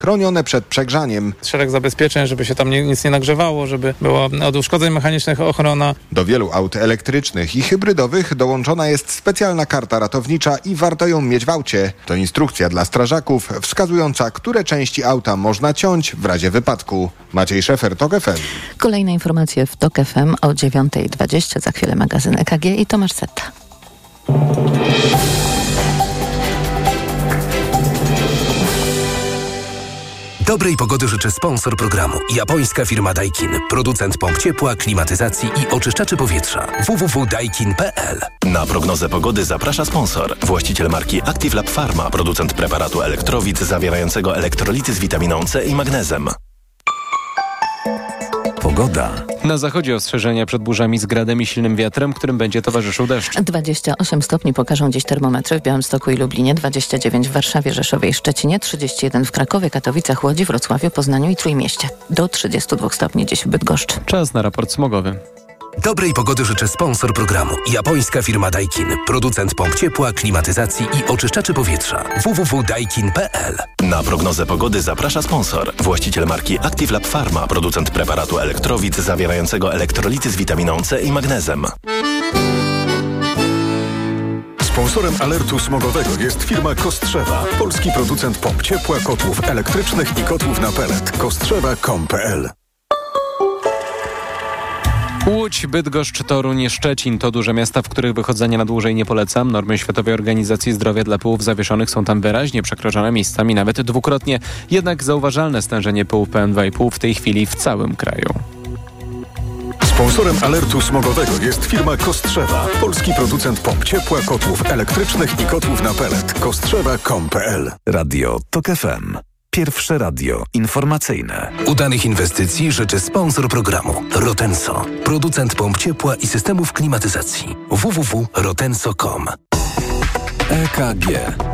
chronione przed przegrzaniem. Szereg zabezpieczeń, żeby się tam nic nie nagrzewało, żeby była od uszkodzeń mechanicznych ochrona. Do wielu aut elektrycznych i hybrydowych dołączona jest specjalna karta ratownicza i warto ją mieć w aucie. To instrukcja dla strażaków wskazująca, które części auta można ciąć w razie wypadku. Maciej Szefer, TOK FM. Kolejne informacje w TOK FM o 9:20. Za chwilę magazyn EKG i Tomasz Setta. Dobrej pogody życzy sponsor programu. Japońska firma Daikin. Producent pomp ciepła, klimatyzacji i oczyszczaczy powietrza. www.daikin.pl. Na prognozę pogody zaprasza sponsor. Właściciel marki Active Lab Pharma. Producent preparatu Elektrowid zawierającego elektrolity z witaminą C i magnezem. Pogoda. Na zachodzie ostrzeżenia przed burzami z gradem i silnym wiatrem, którym będzie towarzyszył deszcz. 28 stopni pokażą dziś termometry w Białymstoku i Lublinie, 29 w Warszawie, Rzeszowie i Szczecinie, 31 w Krakowie, Katowicach, Łodzi, Wrocławiu, Poznaniu i Trójmieście. Do 32 stopni dziś w Bydgoszczy. Czas na raport smogowy. Dobrej pogody życzy sponsor programu. Japońska firma Daikin. Producent pomp ciepła, klimatyzacji i oczyszczaczy powietrza. www.daikin.pl. Na prognozę pogody zaprasza sponsor. Właściciel marki Active Lab Pharma. Producent preparatu Elektrowid zawierającego elektrolity z witaminą C i magnezem. Sponsorem alertu smogowego jest firma Kostrzewa. Polski producent pomp ciepła, kotłów elektrycznych i kotłów na pelet. kostrzewa.com.pl. Łódź, Bydgoszcz, Toruń, Szczecin to duże miasta, w których wychodzenia na dłużej nie polecam. Normy Światowej Organizacji Zdrowia dla pyłów zawieszonych są tam wyraźnie przekroczone, miejscami nawet dwukrotnie. Jednak zauważalne stężenie pyłów PM2,5 w tej chwili w całym kraju. Sponsorem alertu smogowego jest firma Kostrzewa. Polski producent pomp ciepła, kotłów elektrycznych i kotłów na pelet. kostrzewa.com.pl. Radio TOK FM. Pierwsze radio informacyjne. Udanych inwestycji życzy sponsor programu. Rotenso. Producent pomp ciepła i systemów klimatyzacji. www.rotenso.com. EKG.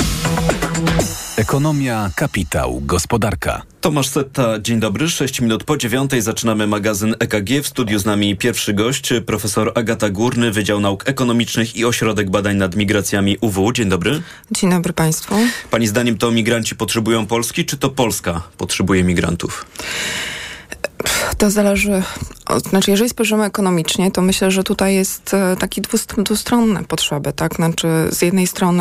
Ekonomia, kapitał, gospodarka. Tomasz Setta, dzień dobry. 6 minut po 9 zaczynamy magazyn EKG. W studiu z nami pierwszy gość, profesor Agata Górny, Wydział Nauk Ekonomicznych i Ośrodek Badań nad Migracjami UW. Dzień dobry. Dzień dobry Państwu. Pani zdaniem to migranci potrzebują Polski, czy to Polska potrzebuje migrantów? To zależy, znaczy jeżeli spojrzymy ekonomicznie, to myślę, że tutaj jest taki dwustronne potrzeby, tak? Znaczy z jednej strony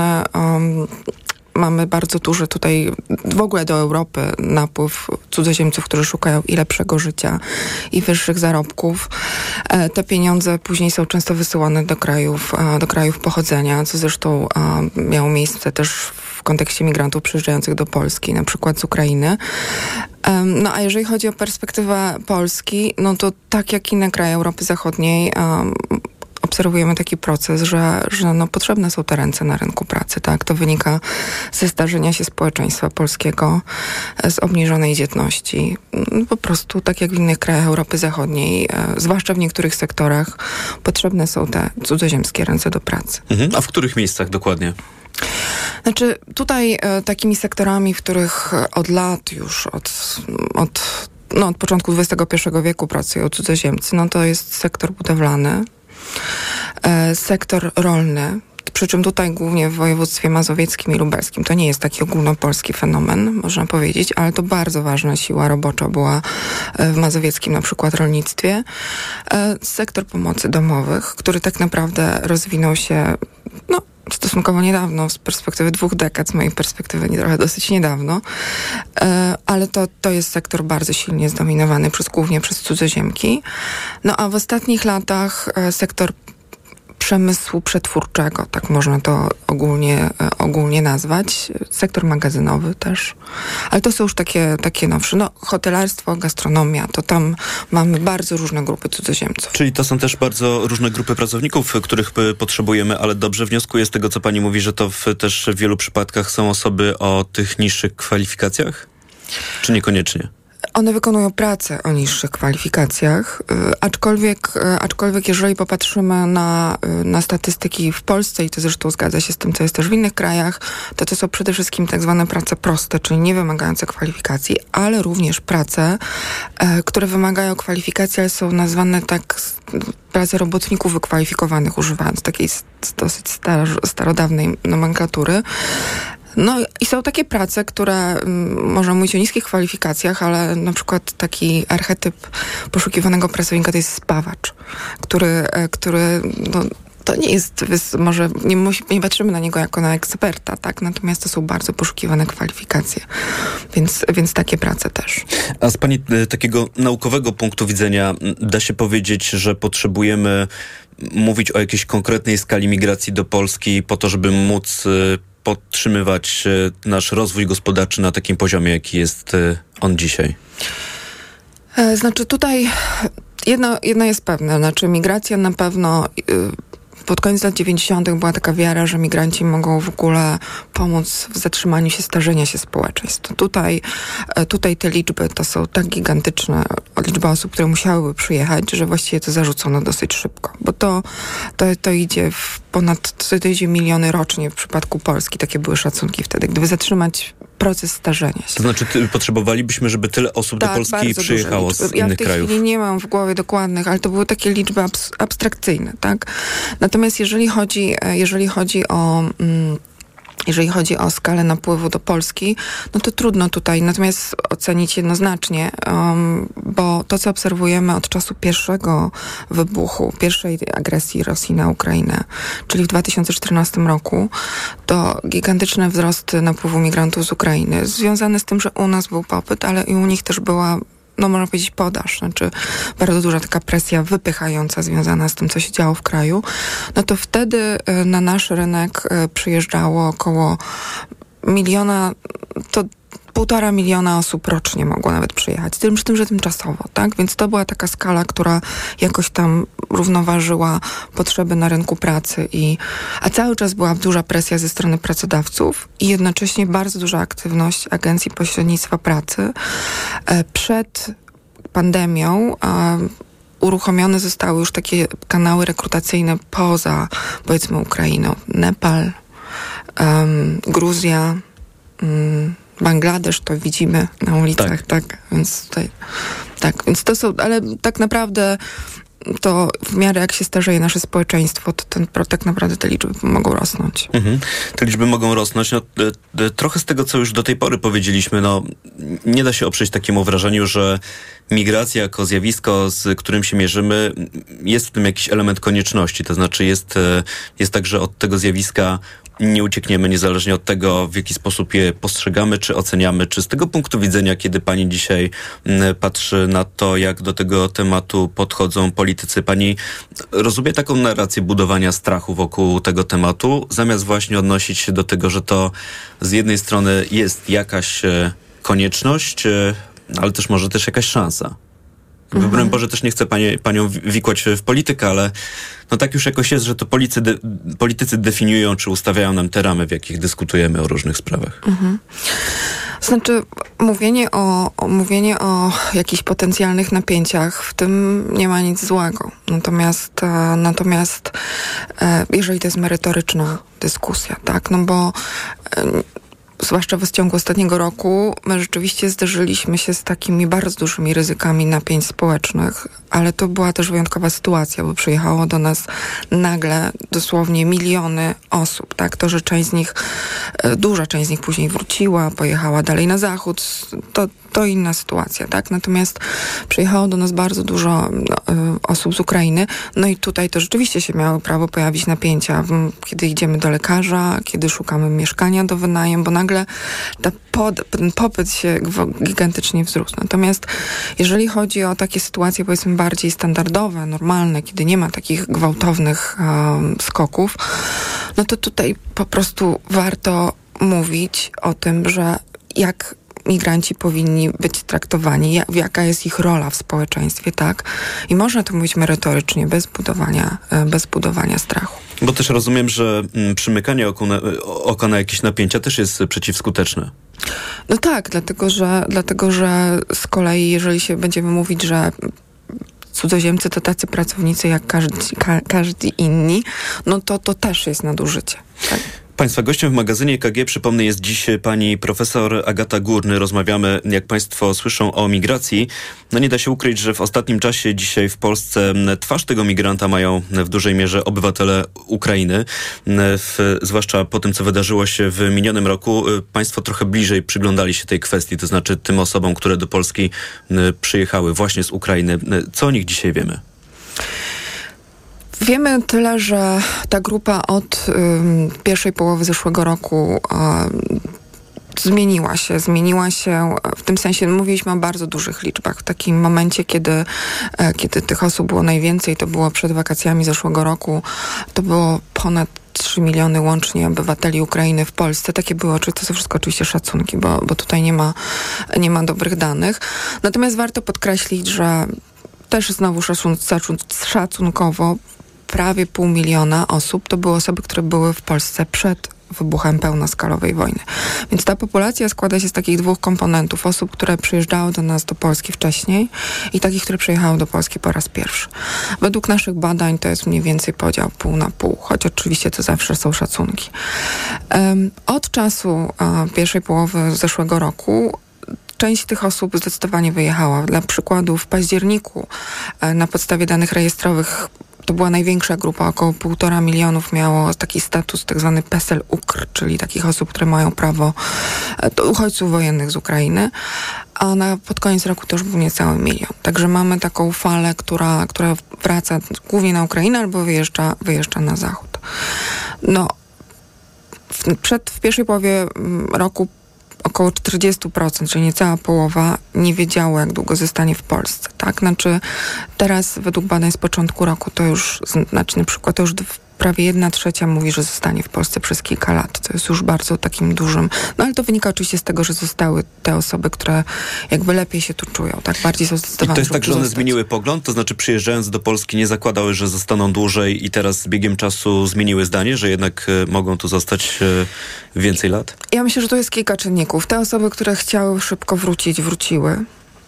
mamy bardzo duży tutaj w ogóle do Europy napływ cudzoziemców, którzy szukają i lepszego życia, i wyższych zarobków. Te pieniądze później są często wysyłane do krajów pochodzenia, co zresztą miało miejsce też w kontekście migrantów przyjeżdżających do Polski, na przykład z Ukrainy. No a jeżeli chodzi o perspektywę Polski, no to tak jak inne kraje Europy Zachodniej, obserwujemy taki proces, że potrzebne są te ręce na rynku pracy, tak? To wynika ze starzenia się społeczeństwa polskiego, z obniżonej dzietności. Po prostu, tak jak w innych krajach Europy Zachodniej, zwłaszcza w niektórych sektorach, potrzebne są te cudzoziemskie ręce do pracy. A w których miejscach dokładnie? Znaczy, tutaj takimi sektorami, w których od lat już, od początku XXI wieku pracują cudzoziemcy, no to jest sektor budowlany, sektor rolny, przy czym tutaj głównie w województwie mazowieckim i lubelskim. To nie jest taki ogólnopolski fenomen, można powiedzieć, ale to bardzo ważna siła robocza była w mazowieckim na przykład rolnictwie. Sektor pomocy domowych, który tak naprawdę rozwinął się stosunkowo niedawno, z perspektywy 2 dekad, z mojej perspektywy trochę dosyć niedawno, ale to jest sektor bardzo silnie zdominowany głównie przez cudzoziemki. No a w ostatnich latach sektor przemysłu przetwórczego, tak można to ogólnie nazwać. Sektor magazynowy też. Ale to są już takie nowsze. No, hotelarstwo, gastronomia, to tam mamy bardzo różne grupy cudzoziemców. Czyli to są też bardzo różne grupy pracowników, których potrzebujemy, ale dobrze wnioskuję z tego, co pani mówi, że to też w wielu przypadkach są osoby o tych niższych kwalifikacjach? Czy niekoniecznie? One wykonują pracę o niższych kwalifikacjach, aczkolwiek jeżeli popatrzymy na statystyki w Polsce, i to zresztą zgadza się z tym, co jest też w innych krajach, to są przede wszystkim tak zwane prace proste, czyli nie wymagające kwalifikacji, ale również prace, które wymagają kwalifikacji, ale są nazwane tak prace robotników wykwalifikowanych, używając takiej dosyć starodawnej nomenklatury. No i są takie prace, które można mówić o niskich kwalifikacjach, ale na przykład taki archetyp poszukiwanego pracownika to jest spawacz, który to nie jest, może nie patrzymy na niego jako na eksperta, tak? Natomiast to są bardzo poszukiwane kwalifikacje, więc takie prace też. A z pani takiego naukowego punktu widzenia da się powiedzieć, że potrzebujemy mówić o jakiejś konkretnej skali migracji do Polski po to, żeby móc podtrzymywać nasz rozwój gospodarczy na takim poziomie, jaki jest on dzisiaj? Znaczy tutaj jedno jest pewne, znaczy migracja na pewno pod koniec lat 90. była taka wiara, że migranci mogą w ogóle pomóc w zatrzymaniu się starzenia się społeczeństw. Tutaj te liczby to są tak gigantyczne, liczba osób, które musiałyby przyjechać, że właściwie to zarzucono dosyć szybko, bo to idzie to idzie miliony rocznie w przypadku Polski. Takie były szacunki wtedy. Gdyby zatrzymać proces starzenia się. To znaczy potrzebowalibyśmy, żeby tyle osób do Polski przyjechało z innych krajów. Ja w tej chwili nie mam w głowie dokładnych, ale to były takie liczby abstrakcyjne, tak? Natomiast jeżeli chodzi o skalę napływu do Polski, no to trudno tutaj natomiast ocenić jednoznacznie, bo to, co obserwujemy od czasu pierwszego wybuchu, pierwszej agresji Rosji na Ukrainę, czyli w 2014 roku, to gigantyczny wzrost napływu migrantów z Ukrainy, związany z tym, że u nas był popyt, ale i u nich też była, no można powiedzieć, podaż, znaczy bardzo duża taka presja wypychająca związana z tym, co się działo w kraju, no to wtedy na nasz rynek przyjeżdżało około 1 miliona, to 1,5 miliona osób rocznie mogło nawet przyjechać, przy tym, że tymczasowo, tak? Więc to była taka skala, która jakoś tam równoważyła potrzeby na rynku pracy a cały czas była duża presja ze strony pracodawców i jednocześnie bardzo duża aktywność Agencji Pośrednictwa Pracy. Przed pandemią uruchomione zostały już takie kanały rekrutacyjne poza, powiedzmy, Ukrainą. Nepal, Gruzja, Bangladesz, to widzimy na ulicach, tak. Więc to są, ale tak naprawdę to w miarę jak się starzeje nasze społeczeństwo, to tak naprawdę te liczby mogą rosnąć. Te liczby mogą rosnąć. No, trochę z tego, co już do tej pory powiedzieliśmy, nie da się oprzeć takiemu wrażeniu, że migracja jako zjawisko, z którym się mierzymy, jest w tym jakiś element konieczności. To znaczy jest tak, że od tego zjawiska nie uciekniemy, niezależnie od tego, w jaki sposób je postrzegamy, czy oceniamy, czy z tego punktu widzenia, kiedy pani dzisiaj patrzy na to, jak do tego tematu podchodzą politycy, pani rozumie taką narrację budowania strachu wokół tego tematu, zamiast właśnie odnosić się do tego, że to z jednej strony jest jakaś konieczność, ale też może też jakaś szansa. Broń Boże, też nie chcę panią wikłać w politykę, ale tak już jakoś jest, że to politycy definiują, czy ustawiają nam te ramy, w jakich dyskutujemy o różnych sprawach. Znaczy, mówienie o jakichś potencjalnych napięciach, w tym nie ma nic złego. Natomiast jeżeli to jest merytoryczna dyskusja, tak, bo zwłaszcza w ciągu ostatniego roku, my rzeczywiście zderzyliśmy się z takimi bardzo dużymi ryzykami napięć społecznych, ale to była też wyjątkowa sytuacja, bo przyjechało do nas nagle dosłownie miliony osób, tak? To, że duża część z nich później wróciła, pojechała dalej na zachód, to inna sytuacja, tak? Natomiast przyjechało do nas bardzo dużo osób z Ukrainy, no i tutaj to rzeczywiście się miało prawo pojawić napięcia, kiedy idziemy do lekarza, kiedy szukamy mieszkania do wynajem, bo nagle ten popyt się gigantycznie wzrósł. Natomiast jeżeli chodzi o takie sytuacje, powiedzmy, bardziej standardowe, normalne, kiedy nie ma takich gwałtownych skoków, no to tutaj po prostu warto mówić o tym, że jak migranci powinni być traktowani, jaka jest ich rola w społeczeństwie, tak? I można to mówić merytorycznie, bez budowania strachu. Bo też rozumiem, że przymykanie oka na jakieś napięcia też jest przeciwskuteczne. No tak, dlatego że z kolei, jeżeli się będziemy mówić, że cudzoziemcy to tacy pracownicy jak każdy inni, no to też jest nadużycie. Tak? Państwa gościem w magazynie EKG, przypomnę, jest dziś pani profesor Agata Górny. Rozmawiamy, jak państwo słyszą, o migracji. No nie da się ukryć, że w ostatnim czasie dzisiaj w Polsce twarz tego migranta mają w dużej mierze obywatele Ukrainy. Zwłaszcza po tym, co wydarzyło się w minionym roku, państwo trochę bliżej przyglądali się tej kwestii, to znaczy tym osobom, które do Polski przyjechały właśnie z Ukrainy. Co o nich dzisiaj wiemy? Wiemy tyle, że ta grupa od pierwszej połowy zeszłego roku zmieniła się w tym sensie, mówiliśmy o bardzo dużych liczbach. W takim momencie, kiedy tych osób było najwięcej, to było przed wakacjami zeszłego roku, to było ponad 3 miliony łącznie obywateli Ukrainy w Polsce. Takie były, to są wszystko oczywiście szacunki, bo tutaj nie ma dobrych danych. Natomiast warto podkreślić, że też znowu szacunkowo prawie 500 000 osób to były osoby, które były w Polsce przed wybuchem pełnoskalowej wojny. Więc ta populacja składa się z takich dwóch komponentów. Osób, które przyjeżdżały do nas do Polski wcześniej i takich, które przyjechały do Polski po raz pierwszy. Według naszych badań to jest mniej więcej podział pół na pół, choć oczywiście to zawsze są szacunki. Od czasu pierwszej połowy zeszłego roku część tych osób zdecydowanie wyjechała. Dla przykładu w październiku na podstawie danych rejestrowych to była największa grupa, około 1,5 miliona miało taki status tak zwany PESEL-UKR, czyli takich osób, które mają prawo do uchodźców wojennych z Ukrainy, a pod koniec roku to już był niecały 1 milion. Także mamy taką falę, która wraca głównie na Ukrainę albo wyjeżdża na zachód. No, w pierwszej połowie roku około 40%, czyli niecała połowa, nie wiedziało, jak długo zostanie w Polsce, tak? Znaczy teraz według badań z początku roku to już, na przykład to już prawie 1/3 mówi, że zostanie w Polsce przez kilka lat. To jest już bardzo takim dużym, no ale to wynika oczywiście z tego, że zostały te osoby, które jakby lepiej się tu czują, tak? Bardziej są zdecydowane. I to jest tak, że one zmieniły pogląd? To znaczy przyjeżdżając do Polski nie zakładały, że zostaną dłużej i teraz z biegiem czasu zmieniły zdanie, że jednak mogą tu zostać więcej lat? Ja myślę, że to jest kilka czynników. Te osoby, które chciały szybko wrócić, wróciły.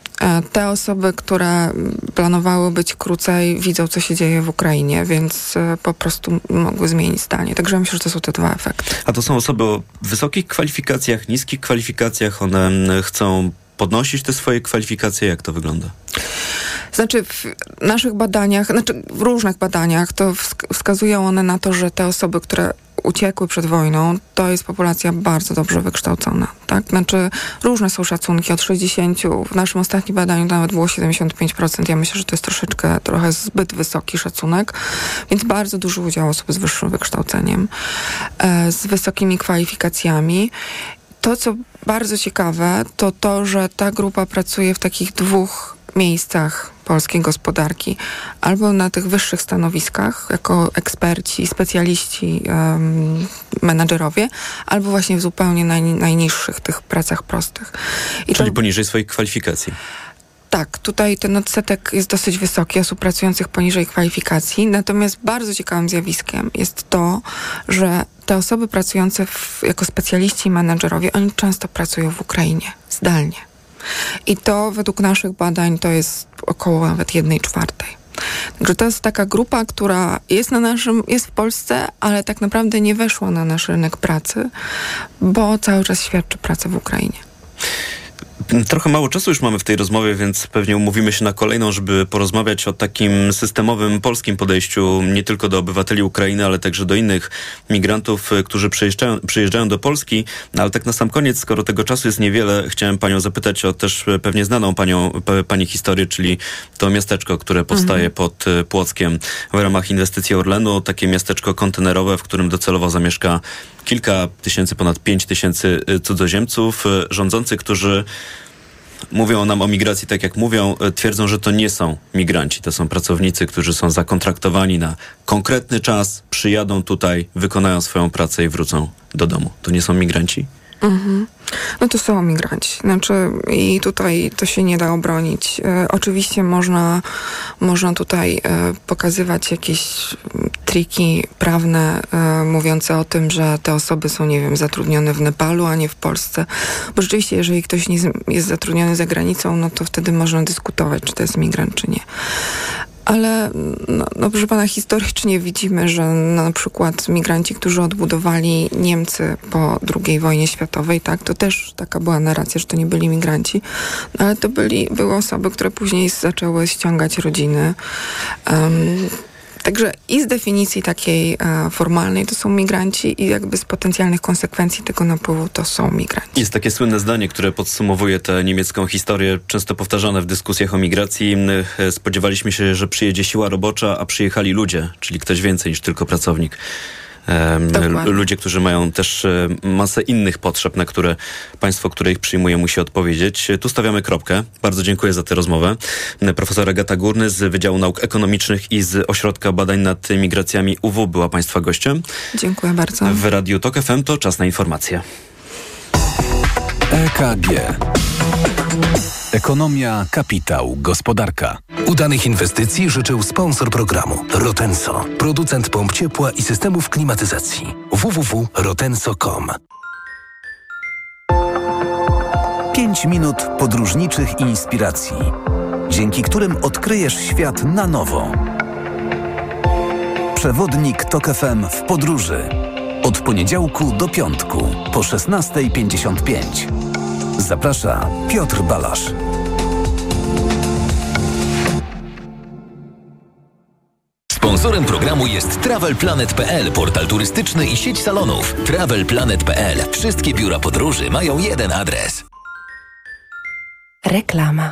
Te osoby, które planowały być krócej, widzą, co się dzieje w Ukrainie, więc po prostu mogły zmienić zdanie. Także myślę, że to są te dwa efekty. A to są osoby o wysokich kwalifikacjach, niskich kwalifikacjach? One chcą podnosić te swoje kwalifikacje? Jak to wygląda? Znaczy w naszych badaniach, w różnych badaniach to wskazują one na to, że te osoby, które uciekły przed wojną, to jest populacja bardzo dobrze wykształcona, tak? Znaczy różne są szacunki, od 60, w naszym ostatnim badaniu nawet było 75%. Ja myślę, że to jest trochę zbyt wysoki szacunek, więc bardzo duży udział osób z wyższym wykształceniem, z wysokimi kwalifikacjami. To, co bardzo ciekawe, to, że ta grupa pracuje w takich dwóch miejscach polskiej gospodarki. Albo na tych wyższych stanowiskach, jako eksperci, specjaliści, menadżerowie, albo właśnie w zupełnie najniższych tych pracach prostych. Czyli poniżej swoich kwalifikacji. Tak, tutaj ten odsetek jest dosyć wysoki osób pracujących poniżej kwalifikacji, natomiast bardzo ciekawym zjawiskiem jest to, że te osoby pracujące jako specjaliści i menadżerowie, oni często pracują w Ukrainie, zdalnie. I to według naszych badań to jest około nawet 1/4. Także to jest taka grupa, która jest w Polsce, ale tak naprawdę nie weszła na nasz rynek pracy, bo cały czas świadczy pracę w Ukrainie. Trochę mało czasu już mamy w tej rozmowie, więc pewnie umówimy się na kolejną, żeby porozmawiać o takim systemowym polskim podejściu nie tylko do obywateli Ukrainy, ale także do innych migrantów, którzy przyjeżdżają do Polski. No, ale tak na sam koniec, skoro tego czasu jest niewiele, chciałem panią zapytać o też pewnie znaną pani historię, czyli to miasteczko, które powstaje pod Płockiem w ramach inwestycji Orlenu. Takie miasteczko kontenerowe, w którym docelowo zamieszka kilka tysięcy, ponad 5 tysięcy cudzoziemców. Rządzący, którzy mówią nam o migracji tak jak mówią, twierdzą, że to nie są migranci. To są pracownicy, którzy są zakontraktowani na konkretny czas, przyjadą tutaj, wykonają swoją pracę i wrócą do domu. To nie są migranci? No to są migranci. Znaczy i tutaj to się nie da obronić. Oczywiście można tutaj pokazywać jakieś triki prawne mówiące o tym, że te osoby są, nie wiem, zatrudnione w Nepalu, a nie w Polsce. Bo rzeczywiście, jeżeli ktoś nie jest zatrudniony za granicą, no to wtedy można dyskutować, czy to jest migrant, czy nie. Ale proszę pana, historycznie widzimy, że na przykład migranci, którzy odbudowali Niemcy po II wojnie światowej, tak, to też taka była narracja, że to nie byli migranci, ale to były osoby, które później zaczęły ściągać rodziny. Także i z definicji takiej formalnej to są migranci i jakby z potencjalnych konsekwencji tego napływu to są migranci. Jest takie słynne zdanie, które podsumowuje tę niemiecką historię, często powtarzane w dyskusjach o migracji. Spodziewaliśmy się, że przyjedzie siła robocza, a przyjechali ludzie, czyli ktoś więcej niż tylko pracownik. Ludzie, którzy mają też masę innych potrzeb, na które państwo, które ich przyjmuje, musi odpowiedzieć. Tu stawiamy kropkę. Bardzo dziękuję za tę rozmowę. Profesor Agata Górny z Wydziału Nauk Ekonomicznych i z Ośrodka Badań nad Migracjami UW była państwa gościem. Dziękuję bardzo. W Radiu Tok FM to czas na informacje. EKG. Ekonomia, kapitał, gospodarka. Udanych inwestycji życzył sponsor programu Rotenso, producent pomp ciepła i systemów klimatyzacji. www.rotenso.com. 5 minut podróżniczych inspiracji, dzięki którym odkryjesz świat na nowo. Przewodnik Tok FM w podróży. Od poniedziałku do piątku po 16:55. Zaprasza Piotr Balasz. Sponsorem programu jest TravelPlanet.pl, portal turystyczny i sieć salonów. TravelPlanet.pl. Wszystkie biura podróży mają jeden adres. Reklama.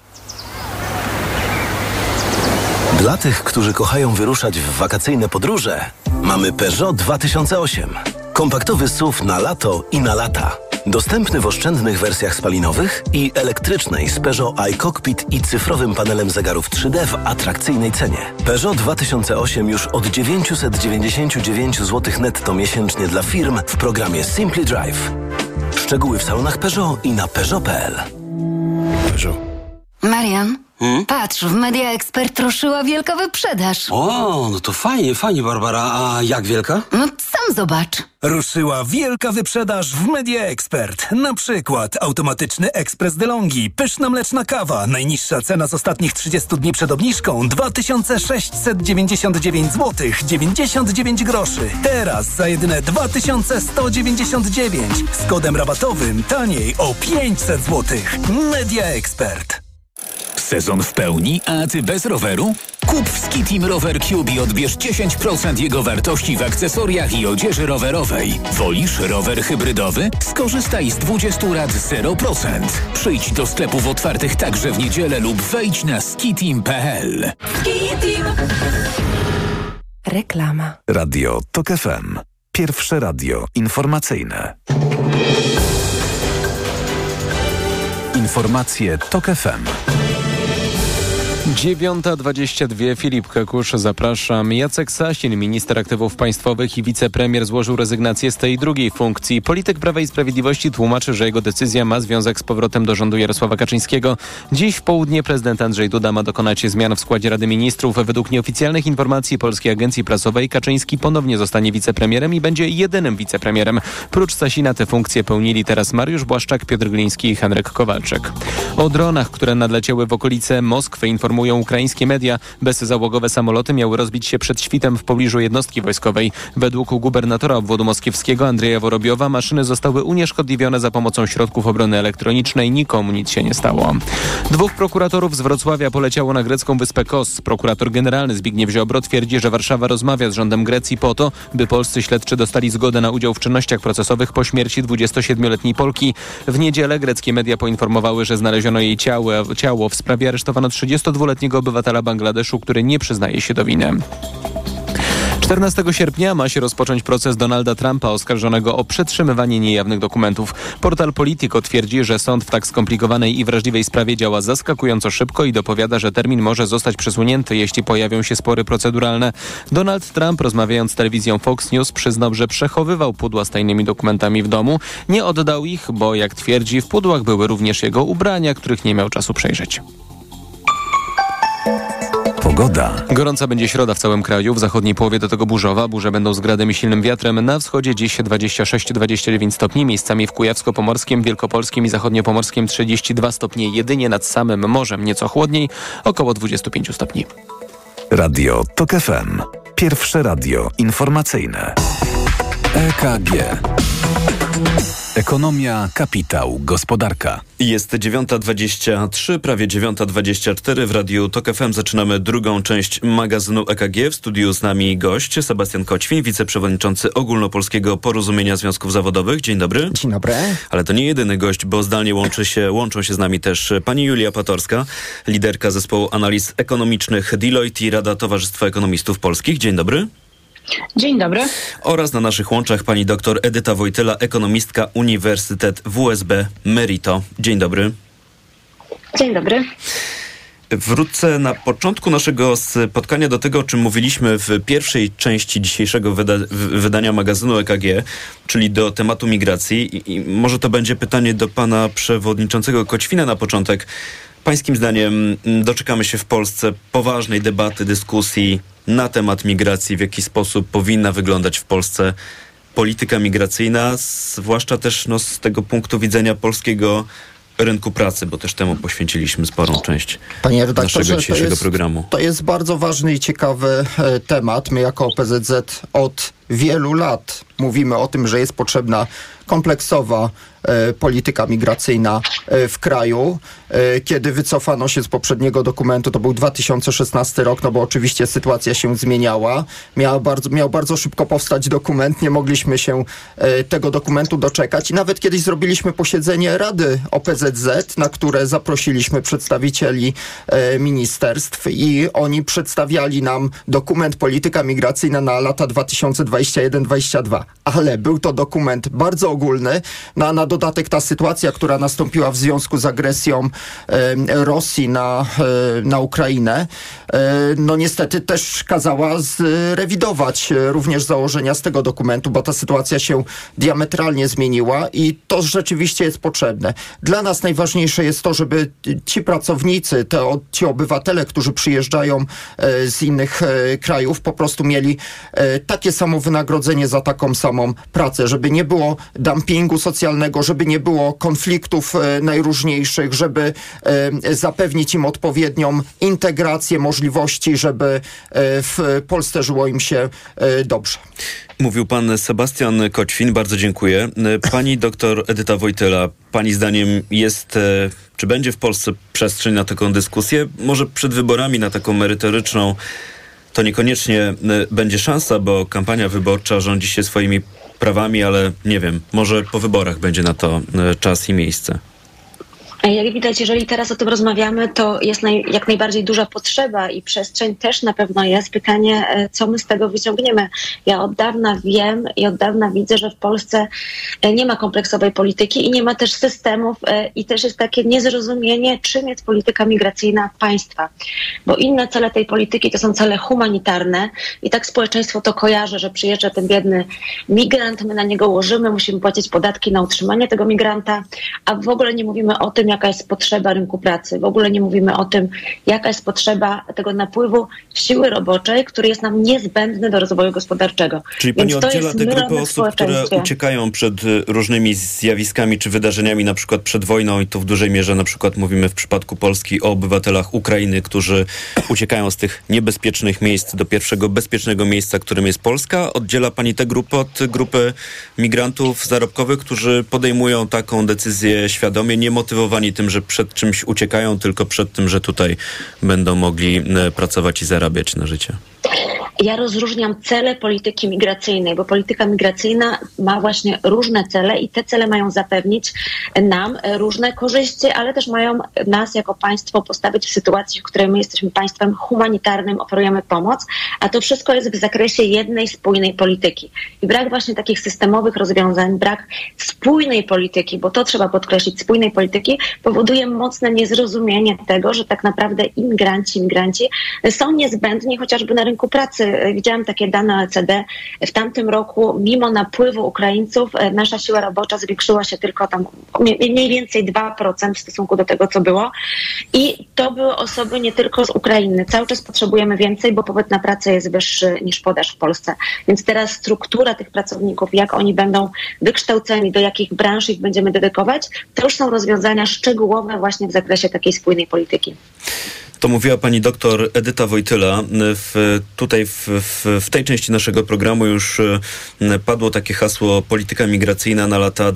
Dla tych, którzy kochają wyruszać w wakacyjne podróże, mamy Peugeot 2008. Kompaktowy SUV na lato i na lata. Dostępny w oszczędnych wersjach spalinowych i elektrycznej z Peugeot iCockpit i cyfrowym panelem zegarów 3D w atrakcyjnej cenie. Peugeot 2008 już od 999 zł netto miesięcznie dla firm w programie Simply Drive. Szczegóły w salonach Peugeot i na Peugeot.pl. Peugeot. Marian, patrz, w Media Expert ruszyła wielka wyprzedaż. O, no to fajnie, Barbara. A jak wielka? No sam zobacz. Ruszyła wielka wyprzedaż w Media Expert. Na przykład automatyczny ekspres DeLonghi, pyszna mleczna kawa. Najniższa cena z ostatnich 30 dni przed obniżką 2699 zł 99 groszy. Teraz za jedyne 2199. Z kodem rabatowym taniej o 500 zł. Media Expert. Sezon w pełni, a ty bez roweru? Kup w Skitim Rower Cube i odbierz 10% jego wartości w akcesoriach i odzieży rowerowej. Wolisz rower hybrydowy? Skorzystaj z 20 lat 0%. Przyjdź do sklepów otwartych także w niedzielę lub wejdź na skitim.pl. Skitim. Reklama. Radio Tok FM. Pierwsze radio informacyjne. Informacje Tok FM. 9:22. Filip Kakusz, zapraszam. Jacek Sasin, minister aktywów państwowych i wicepremier, złożył rezygnację z tej drugiej funkcji. Polityk Prawa i Sprawiedliwości tłumaczy, że jego decyzja ma związek z powrotem do rządu Jarosława Kaczyńskiego. Dziś w południe prezydent Andrzej Duda ma dokonać zmian w składzie Rady Ministrów. Według nieoficjalnych informacji Polskiej Agencji Prasowej Kaczyński ponownie zostanie wicepremierem i będzie jedynym wicepremierem. Prócz Sasina tę funkcję pełnili teraz Mariusz Błaszczak, Piotr Gliński i Henryk Kowalczyk. O dronach, które nadleciały w okolice Moskwy, informują ukraińskie media. Bezzałogowe samoloty miały rozbić się przed świtem w pobliżu jednostki wojskowej. Według gubernatora obwodu moskiewskiego Andrzeja Worobiowa maszyny zostały unieszkodliwione za pomocą środków obrony elektronicznej. Nikomu nic się nie stało. 2 prokuratorów z Wrocławia poleciało na grecką wyspę Kos. Prokurator generalny Zbigniew Ziobro twierdzi, że Warszawa rozmawia z rządem Grecji po to, by polscy śledczy dostali zgodę na udział w czynnościach procesowych po śmierci 27-letniej Polki. W niedzielę greckie media poinformowały, że znaleziono jej ciało. W sprawie aresztowano 32-letniego obywatela Bangladeszu, który nie przyznaje się do winy. 14 sierpnia ma się rozpocząć proces Donalda Trumpa oskarżonego o przetrzymywanie niejawnych dokumentów. Portal Politico twierdzi, że sąd w tak skomplikowanej i wrażliwej sprawie działa zaskakująco szybko i dopowiada, że termin może zostać przesunięty, jeśli pojawią się spory proceduralne. Donald Trump, rozmawiając z telewizją Fox News, przyznał, że przechowywał pudła z tajnymi dokumentami w domu. Nie oddał ich, bo jak twierdzi, w pudłach były również jego ubrania, których nie miał czasu przejrzeć. Pogoda. Gorąca będzie środa w całym kraju, w zachodniej połowie do tego burzowa. Burze będą z gradem i silnym wiatrem. Na wschodzie dziś 26-29 stopni, miejscami w Kujawsko-Pomorskim, Wielkopolskim i Zachodniopomorskim 32 stopnie. Jedynie nad samym morzem nieco chłodniej, około 25 stopni. Radio TOK FM. Pierwsze radio informacyjne. EKG. Ekonomia, kapitał, gospodarka. Jest 9:23, prawie 9:24 w Radiu TOK FM. Zaczynamy drugą część magazynu EKG. W studiu z nami gość Sebastian Koćwin, wiceprzewodniczący Ogólnopolskiego Porozumienia Związków Zawodowych. Dzień dobry. Dzień dobry. Ale to nie jedyny gość, bo zdalnie łączą się z nami też pani Julia Patorska, liderka zespołu analiz ekonomicznych Deloitte i Rada Towarzystwa Ekonomistów Polskich. Dzień dobry. Dzień dobry. Oraz na naszych łączach pani dr Edyta Wojtyla, ekonomistka Uniwersytet WSB Merito. Dzień dobry. Dzień dobry. Wrócę na początku naszego spotkania do tego, o czym mówiliśmy w pierwszej części dzisiejszego wydania magazynu EKG, czyli do tematu migracji. I może to będzie pytanie do pana przewodniczącego Koćwina na początek. Pańskim zdaniem doczekamy się w Polsce poważnej debaty, dyskusji na temat migracji, w jaki sposób powinna wyglądać w Polsce polityka migracyjna, zwłaszcza też z tego punktu widzenia polskiego rynku pracy, bo też temu poświęciliśmy sporą część naszego dzisiejszego programu. To jest bardzo ważny i ciekawy temat. My jako OPZZ od wielu lat mówimy o tym, że jest potrzebna kompleksowa polityka migracyjna w kraju. Kiedy wycofano się z poprzedniego dokumentu, to był 2016 rok, no bo oczywiście sytuacja się zmieniała. Miał bardzo szybko powstać dokument, nie mogliśmy się tego dokumentu doczekać i nawet kiedyś zrobiliśmy posiedzenie Rady OPZZ, na które zaprosiliśmy przedstawicieli ministerstw i oni przedstawiali nam dokument polityka migracyjna na lata 2021-2022. Ale był to dokument bardzo ogólny, a na dodatek ta sytuacja, która nastąpiła w związku z agresją Rosji na Ukrainę, no niestety też kazała zrewidować również założenia z tego dokumentu, bo ta sytuacja się diametralnie zmieniła i to rzeczywiście jest potrzebne. Dla nas najważniejsze jest to, żeby ci pracownicy, ci obywatele, którzy przyjeżdżają z innych krajów, po prostu mieli takie samo wynagrodzenie za taką samą pracę, żeby nie było dumpingu socjalnego, żeby nie było konfliktów najróżniejszych, żeby zapewnić im odpowiednią integrację, możliwości, żeby w Polsce żyło im się dobrze. Mówił pan Sebastian Koćwin, bardzo dziękuję. Pani doktor Edyta Wojtyla, pani zdaniem jest, czy będzie w Polsce przestrzeń na taką dyskusję? Może przed wyborami na taką merytoryczną to niekoniecznie będzie szansa, bo kampania wyborcza rządzi się swoimi prawami, ale nie wiem, może po wyborach będzie na to czas i miejsce. Jak widać, jeżeli teraz o tym rozmawiamy, to jest jak najbardziej duża potrzeba i przestrzeń też na pewno jest. Pytanie, co my z tego wyciągniemy. Ja od dawna wiem i od dawna widzę, że w Polsce nie ma kompleksowej polityki i nie ma też systemów i też jest takie niezrozumienie, czym jest polityka migracyjna państwa. Bo inne cele tej polityki to są cele humanitarne i tak społeczeństwo to kojarzy, że przyjeżdża ten biedny migrant, my na niego łożymy, musimy płacić podatki na utrzymanie tego migranta, a w ogóle nie mówimy o tym, jaka jest potrzeba rynku pracy. W ogóle nie mówimy o tym, jaka jest potrzeba tego napływu siły roboczej, który jest nam niezbędny do rozwoju gospodarczego. Czyli pani oddziela te grupy osób, które uciekają przed różnymi zjawiskami czy wydarzeniami, na przykład przed wojną i tu w dużej mierze na przykład mówimy w przypadku Polski o obywatelach Ukrainy, którzy uciekają z tych niebezpiecznych miejsc do pierwszego bezpiecznego miejsca, którym jest Polska. Oddziela pani tę grupę od grupy migrantów zarobkowych, którzy podejmują taką decyzję świadomie, nie motywowani tym, że przed czymś uciekają, tylko przed tym, że tutaj będą mogli pracować i zarabiać na życie. Ja rozróżniam cele polityki migracyjnej, bo polityka migracyjna ma właśnie różne cele i te cele mają zapewnić nam różne korzyści, ale też mają nas jako państwo postawić w sytuacji, w której my jesteśmy państwem humanitarnym, oferujemy pomoc, a to wszystko jest w zakresie jednej spójnej polityki. I brak właśnie takich systemowych rozwiązań, brak spójnej polityki, bo to trzeba podkreślić, spójnej polityki powoduje mocne niezrozumienie tego, że tak naprawdę imigranci są niezbędni chociażby na rynku pracy. Widziałam takie dane OECD. W tamtym roku, mimo napływu Ukraińców, nasza siła robocza zwiększyła się tylko tam mniej więcej 2% w stosunku do tego, co było. I to były osoby nie tylko z Ukrainy. Cały czas potrzebujemy więcej, bo popyt na pracę jest wyższy niż podaż w Polsce. Więc teraz struktura tych pracowników, jak oni będą wykształceni, do jakich branż ich będziemy dedykować, to już są rozwiązania szczegółowe właśnie w zakresie takiej spójnej polityki. To mówiła pani doktor Edyta Wojtyla. W tej części naszego programu już padło takie hasło polityka migracyjna na lata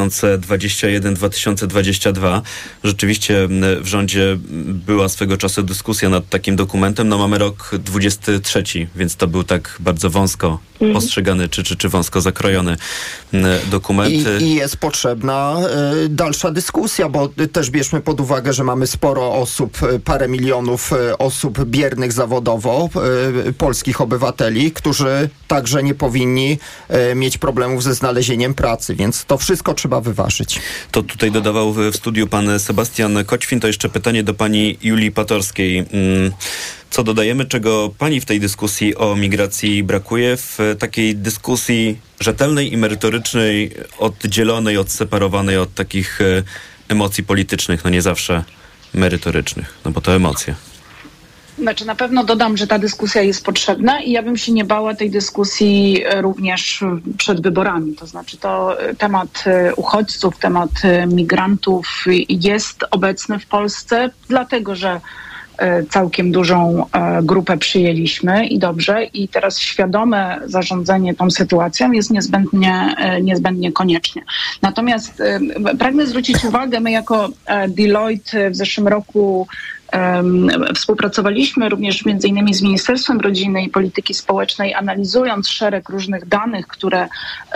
2021-2022. Rzeczywiście w rządzie była swego czasu dyskusja nad takim dokumentem. No mamy rok 23, więc to był tak bardzo wąsko postrzegany, czy wąsko zakrojony dokument. I jest potrzebna dalsza dyskusja, bo też bierzmy pod uwagę, że mamy sporo osób, parę milionów osób biernych zawodowo, polskich obywateli, którzy także nie powinni mieć problemów ze znalezieniem pracy, więc to wszystko trzeba wyważyć. To tutaj dodawał w studiu pan Sebastian Koćwin. To jeszcze pytanie do pani Julii Patorskiej. Co dodajemy, czego pani w tej dyskusji o migracji brakuje, w takiej dyskusji rzetelnej i merytorycznej, oddzielonej, odseparowanej od takich emocji politycznych, no nie zawsze merytorycznych, no bo to emocje. Znaczy na pewno dodam, że ta dyskusja jest potrzebna i ja bym się nie bała tej dyskusji również przed wyborami. To znaczy to temat uchodźców, temat migrantów jest obecny w Polsce, dlatego że całkiem dużą grupę przyjęliśmy i dobrze. I teraz świadome zarządzanie tą sytuacją jest niezbędnie konieczne. Natomiast pragnę zwrócić uwagę, my jako Deloitte w zeszłym roku współpracowaliśmy również między innymi z Ministerstwem Rodziny i Polityki Społecznej, analizując szereg różnych danych, które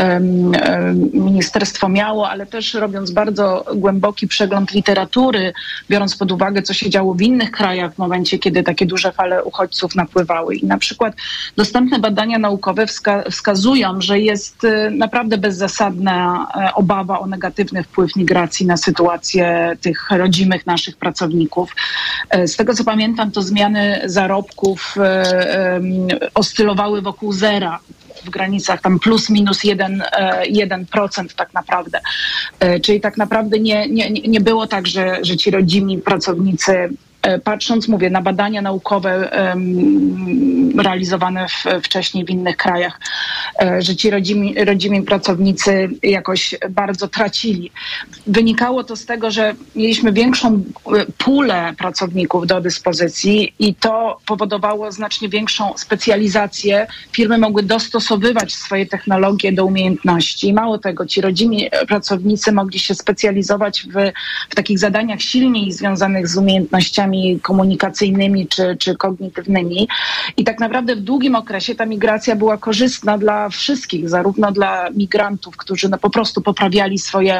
ministerstwo miało, ale też robiąc bardzo głęboki przegląd literatury, biorąc pod uwagę, co się działo w innych krajach w momencie, kiedy takie duże fale uchodźców napływały. I na przykład dostępne badania naukowe wskazują, że jest naprawdę bezzasadna obawa o negatywny wpływ migracji na sytuację tych rodzimych naszych pracowników. Z tego co pamiętam, to zmiany zarobków oscylowały wokół zera, w granicach tam plus minus 1% tak naprawdę. Czyli tak naprawdę nie było tak, że ci rodzimi pracownicy, patrząc, mówię, na badania naukowe realizowane wcześniej w innych krajach, że ci rodzimi pracownicy jakoś bardzo tracili. Wynikało to z tego, że mieliśmy większą pulę pracowników do dyspozycji i to powodowało znacznie większą specjalizację. Firmy mogły dostosowywać swoje technologie do umiejętności. Mało tego, ci rodzimi pracownicy mogli się specjalizować w takich zadaniach silniej związanych z umiejętnościami komunikacyjnymi czy kognitywnymi. I tak naprawdę w długim okresie ta migracja była korzystna dla wszystkich, zarówno dla migrantów, którzy po prostu poprawiali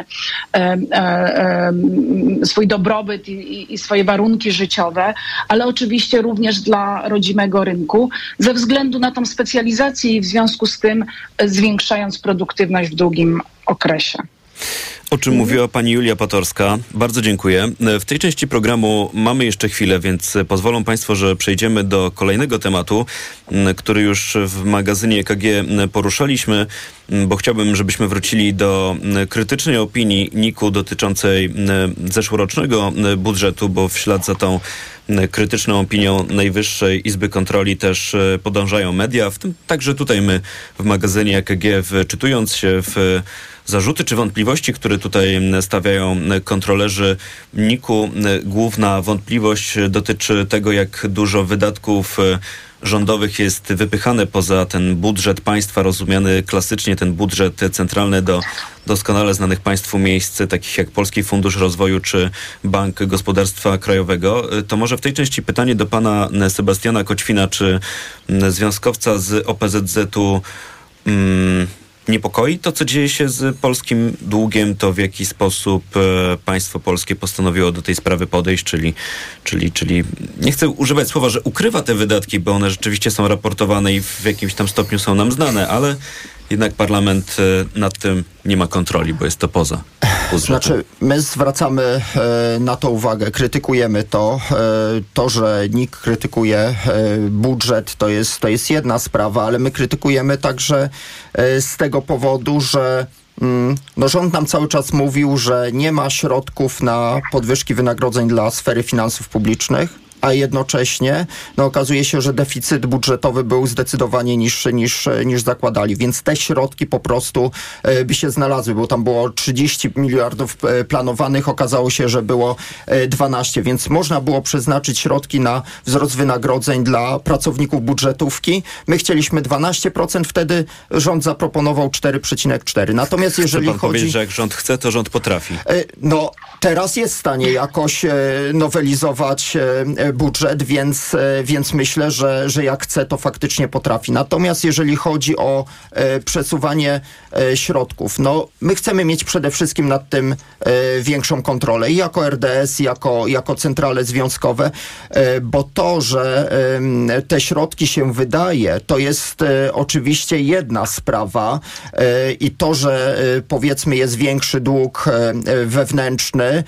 swój dobrobyt i swoje warunki życiowe, ale oczywiście również dla rodzimego rynku, ze względu na tą specjalizację i w związku z tym zwiększając produktywność w długim okresie. O czym mówiła pani Julia Patorska. Bardzo dziękuję. W tej części programu mamy jeszcze chwilę, więc pozwolą państwo, że przejdziemy do kolejnego tematu, który już w magazynie EKG poruszaliśmy, bo chciałbym, żebyśmy wrócili do krytycznej opinii NIK-u dotyczącej zeszłorocznego budżetu, bo w ślad za tą krytyczną opinią Najwyższej Izby Kontroli też podążają media, w tym także tutaj my w magazynie EKG, wczytując się w zarzuty czy wątpliwości, które tutaj stawiają kontrolerzy NIK-u. Główna wątpliwość dotyczy tego, jak dużo wydatków rządowych jest wypychane poza ten budżet państwa, rozumiany klasycznie, ten budżet centralny do doskonale znanych państwu miejsc, takich jak Polski Fundusz Rozwoju czy Bank Gospodarstwa Krajowego. To może w tej części pytanie do pana Sebastiana Koćwina, czy związkowca z OPZZ-u niepokoi to, co dzieje się z polskim długiem, to w jaki sposób państwo polskie postanowiło do tej sprawy podejść, czyli nie chcę używać słowa, że ukrywa te wydatki, bo one rzeczywiście są raportowane i w jakimś tam stopniu są nam znane, ale jednak parlament nad tym nie ma kontroli, bo jest to poza budżetem. Znaczy, my zwracamy na to uwagę, krytykujemy to. To, że NIK krytykuje budżet, to jest jedna sprawa, ale my krytykujemy także z tego powodu, że rząd nam cały czas mówił, że nie ma środków na podwyżki wynagrodzeń dla sfery finansów publicznych. a jednocześnie okazuje się, że deficyt budżetowy był zdecydowanie niższy niż zakładali, więc te środki po prostu by się znalazły, bo tam było 30 miliardów planowanych, okazało się, że było 12, więc można było przeznaczyć środki na wzrost wynagrodzeń dla pracowników budżetówki. My chcieliśmy 12%, wtedy rząd zaproponował 4,4. Natomiast jeżeli Chce pan chodzi... powiedzieć, że jak rząd chce, to rząd potrafi. No, teraz jest w stanie jakoś nowelizować budżet, więc myślę, że jak chce, to faktycznie potrafi. Natomiast jeżeli chodzi o przesuwanie środków, no my chcemy mieć przede wszystkim nad tym większą kontrolę i jako RDS, jako centrale związkowe, bo to, że te środki się wydaje, to jest oczywiście jedna sprawa i to, że powiedzmy jest większy dług wewnętrzny,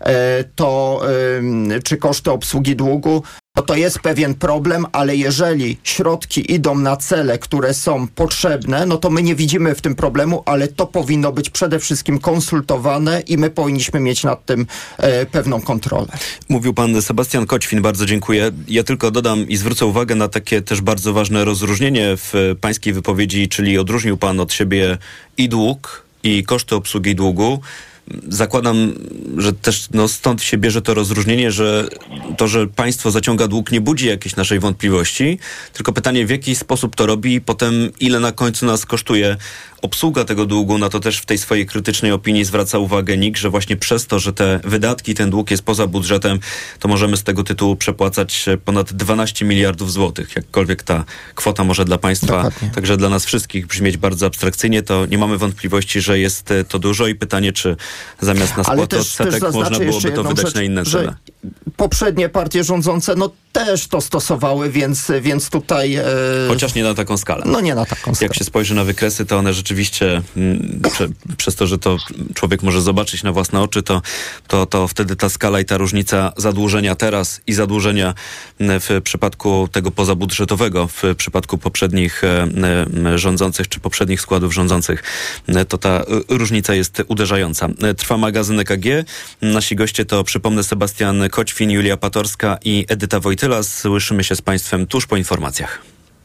to czy koszty obsługi długu, to jest pewien problem, ale jeżeli środki idą na cele, które są potrzebne, no to my nie widzimy w tym problemu, ale to powinno być przede wszystkim konsultowane i my powinniśmy mieć nad tym pewną kontrolę. Mówił pan Sebastian Koćwin, bardzo dziękuję. Ja tylko dodam i zwrócę uwagę na takie też bardzo ważne rozróżnienie w pańskiej wypowiedzi, czyli odróżnił pan od siebie i dług, i koszty obsługi długu. Zakładam, że też stąd się bierze to rozróżnienie, że to, że państwo zaciąga dług, nie budzi jakiejś naszej wątpliwości, tylko pytanie, w jaki sposób to robi i potem ile na końcu nas kosztuje obsługa tego długu. Na to też w tej swojej krytycznej opinii zwraca uwagę NIK, że właśnie przez to, że te wydatki, ten dług jest poza budżetem, to możemy z tego tytułu przepłacać ponad 12 miliardów złotych. Jakkolwiek ta kwota może dla państwa, dokładnie, także dla nas wszystkich brzmieć bardzo abstrakcyjnie, to nie mamy wątpliwości, że jest to dużo i pytanie, czy zamiast na spłaty odsetek można byłoby to wydać na inne cele. Poprzednie partie rządzące też to stosowały, więc tutaj... Chociaż nie na taką skalę. No nie na taką skalę. Jak się spojrzy na wykresy, to one rzeczywiście przez to, że to człowiek może zobaczyć na własne oczy, to wtedy ta skala i ta różnica zadłużenia teraz i zadłużenia w przypadku tego pozabudżetowego, w przypadku poprzednich rządzących czy poprzednich składów rządzących, to ta różnica jest uderzająca. Trwa magazyn EKG. Nasi goście to, przypomnę, Sebastian Koćwin, Julia Patorska i Edyta Wojtyla. Słyszymy się z państwem tuż po informacjach.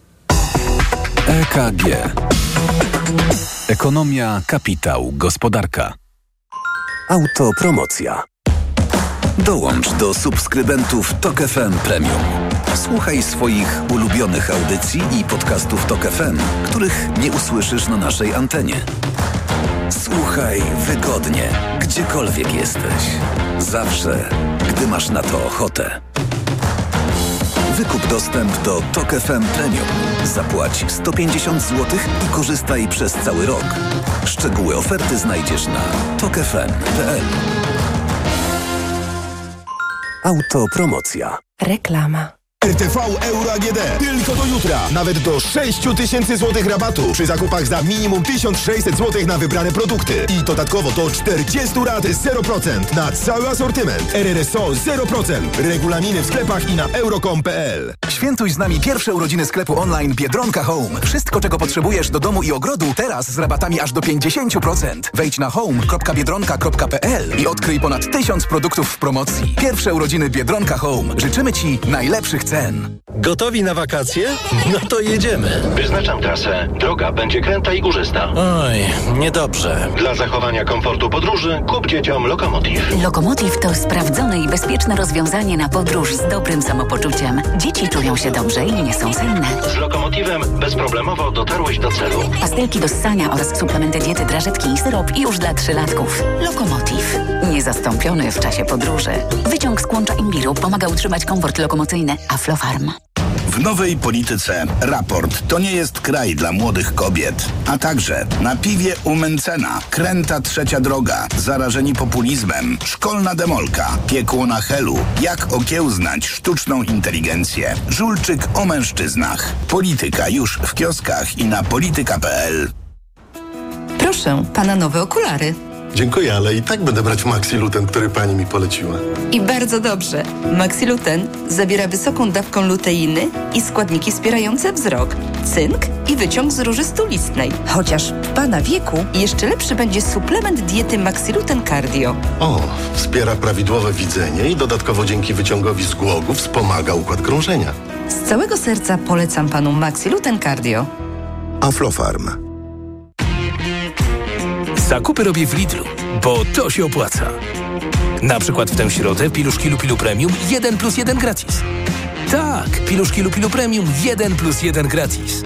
EKG. Ekonomia, kapitał, gospodarka. Autopromocja. Dołącz do subskrybentów TOK FM Premium. Słuchaj swoich ulubionych audycji i podcastów TOK FM, których nie usłyszysz na naszej antenie. Słuchaj wygodnie, gdziekolwiek jesteś. Zawsze, gdy masz na to ochotę. Wykup dostęp do TOK FM Premium. Zapłać 150 zł i korzystaj przez cały rok. Szczegóły oferty znajdziesz na tokfm.pl. Autopromocja. Reklama. RTV Euro AGD. Tylko do jutra. Nawet do 6 000 złotych rabatu przy zakupach za minimum 1600 zł na wybrane produkty. I dodatkowo do 40 rat 0% na cały asortyment. RRSO 0%. Regulaminy w sklepach i na euro.com.pl. Świętuj z nami pierwsze urodziny sklepu online Biedronka Home. Wszystko, czego potrzebujesz do domu i ogrodu, teraz z rabatami aż do 50%. Wejdź na home.biedronka.pl i odkryj ponad 1000 produktów w promocji. Pierwsze urodziny Biedronka Home. Życzymy Ci najlepszych cen. Gotowi na wakacje? No to jedziemy. Wyznaczam trasę. Droga będzie kręta i górzysta. Oj, niedobrze. Dla zachowania komfortu podróży kup dzieciom Lokomotiv. Lokomotiv to sprawdzone i bezpieczne rozwiązanie na podróż z dobrym samopoczuciem. Dzieci czują się dobrze i nie są senne. Z Lokomotivem bezproblemowo dotarłeś do celu. Pastelki do ssania oraz suplementy diety, drażetki i syrop już dla 3-latków. Lokomotiv. Niezastąpiony w czasie podróży. Wyciąg z kłącza imbiru pomaga utrzymać komfort lokomocyjny. Aflofarm. W nowej polityce raport to nie jest kraj dla młodych kobiet, a także na piwie u Mencena, kręta trzecia droga, zarażeni populizmem, szkolna demolka, piekło na Helu, jak okiełznać sztuczną inteligencję, Żulczyk o mężczyznach. Polityka już w kioskach i na polityka.pl. Proszę, pana nowe okulary. Dziękuję, ale i tak będę brać Maxiluten, który pani mi poleciła. I bardzo dobrze. Maxiluten zawiera wysoką dawką luteiny i składniki wspierające wzrok, cynk i wyciąg z róży stulistnej. Chociaż w pana wieku jeszcze lepszy będzie suplement diety Maxiluten Cardio. O, wspiera prawidłowe widzenie i dodatkowo dzięki wyciągowi z głogu wspomaga układ krążenia. Z całego serca polecam panu Maxiluten Cardio. Aflofarm. Zakupy robię w Lidlu, bo to się opłaca. Na przykład w tę środę piluszki Lupilu Premium 1+1 gratis. Tak, piluszki Lupilu Premium 1+1 gratis.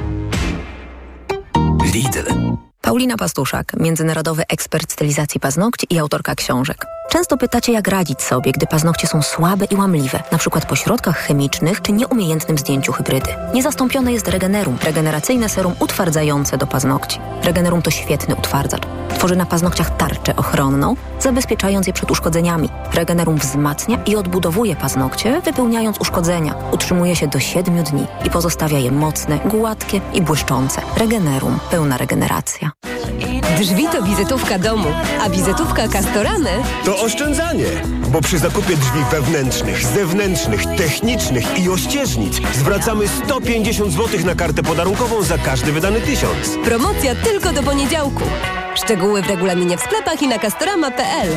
Lidl. Paulina Pastuszak, międzynarodowy ekspert stylizacji paznokci i autorka książek. Często pytacie, jak radzić sobie, gdy paznokcie są słabe i łamliwe, na przykład po środkach chemicznych czy nieumiejętnym zdjęciu hybrydy. Niezastąpione jest Regenerum, regeneracyjne serum utwardzające do paznokci. Regenerum to świetny utwardzacz. Tworzy na paznokciach tarczę ochronną, zabezpieczając je przed uszkodzeniami. Regenerum wzmacnia i odbudowuje paznokcie, wypełniając uszkodzenia. Utrzymuje się do 7 dni i pozostawia je mocne, gładkie i błyszczące. Regenerum. Pełna regeneracja. Drzwi to wizytówka domu, a wizytówka Castoramy to oszczędzanie, bo przy zakupie drzwi wewnętrznych, zewnętrznych, technicznych i ościeżnic zwracamy 150 zł na kartę podarunkową za każdy wydany 1000. Promocja tylko do poniedziałku. Szczegóły w regulaminie w sklepach i na castorama.pl.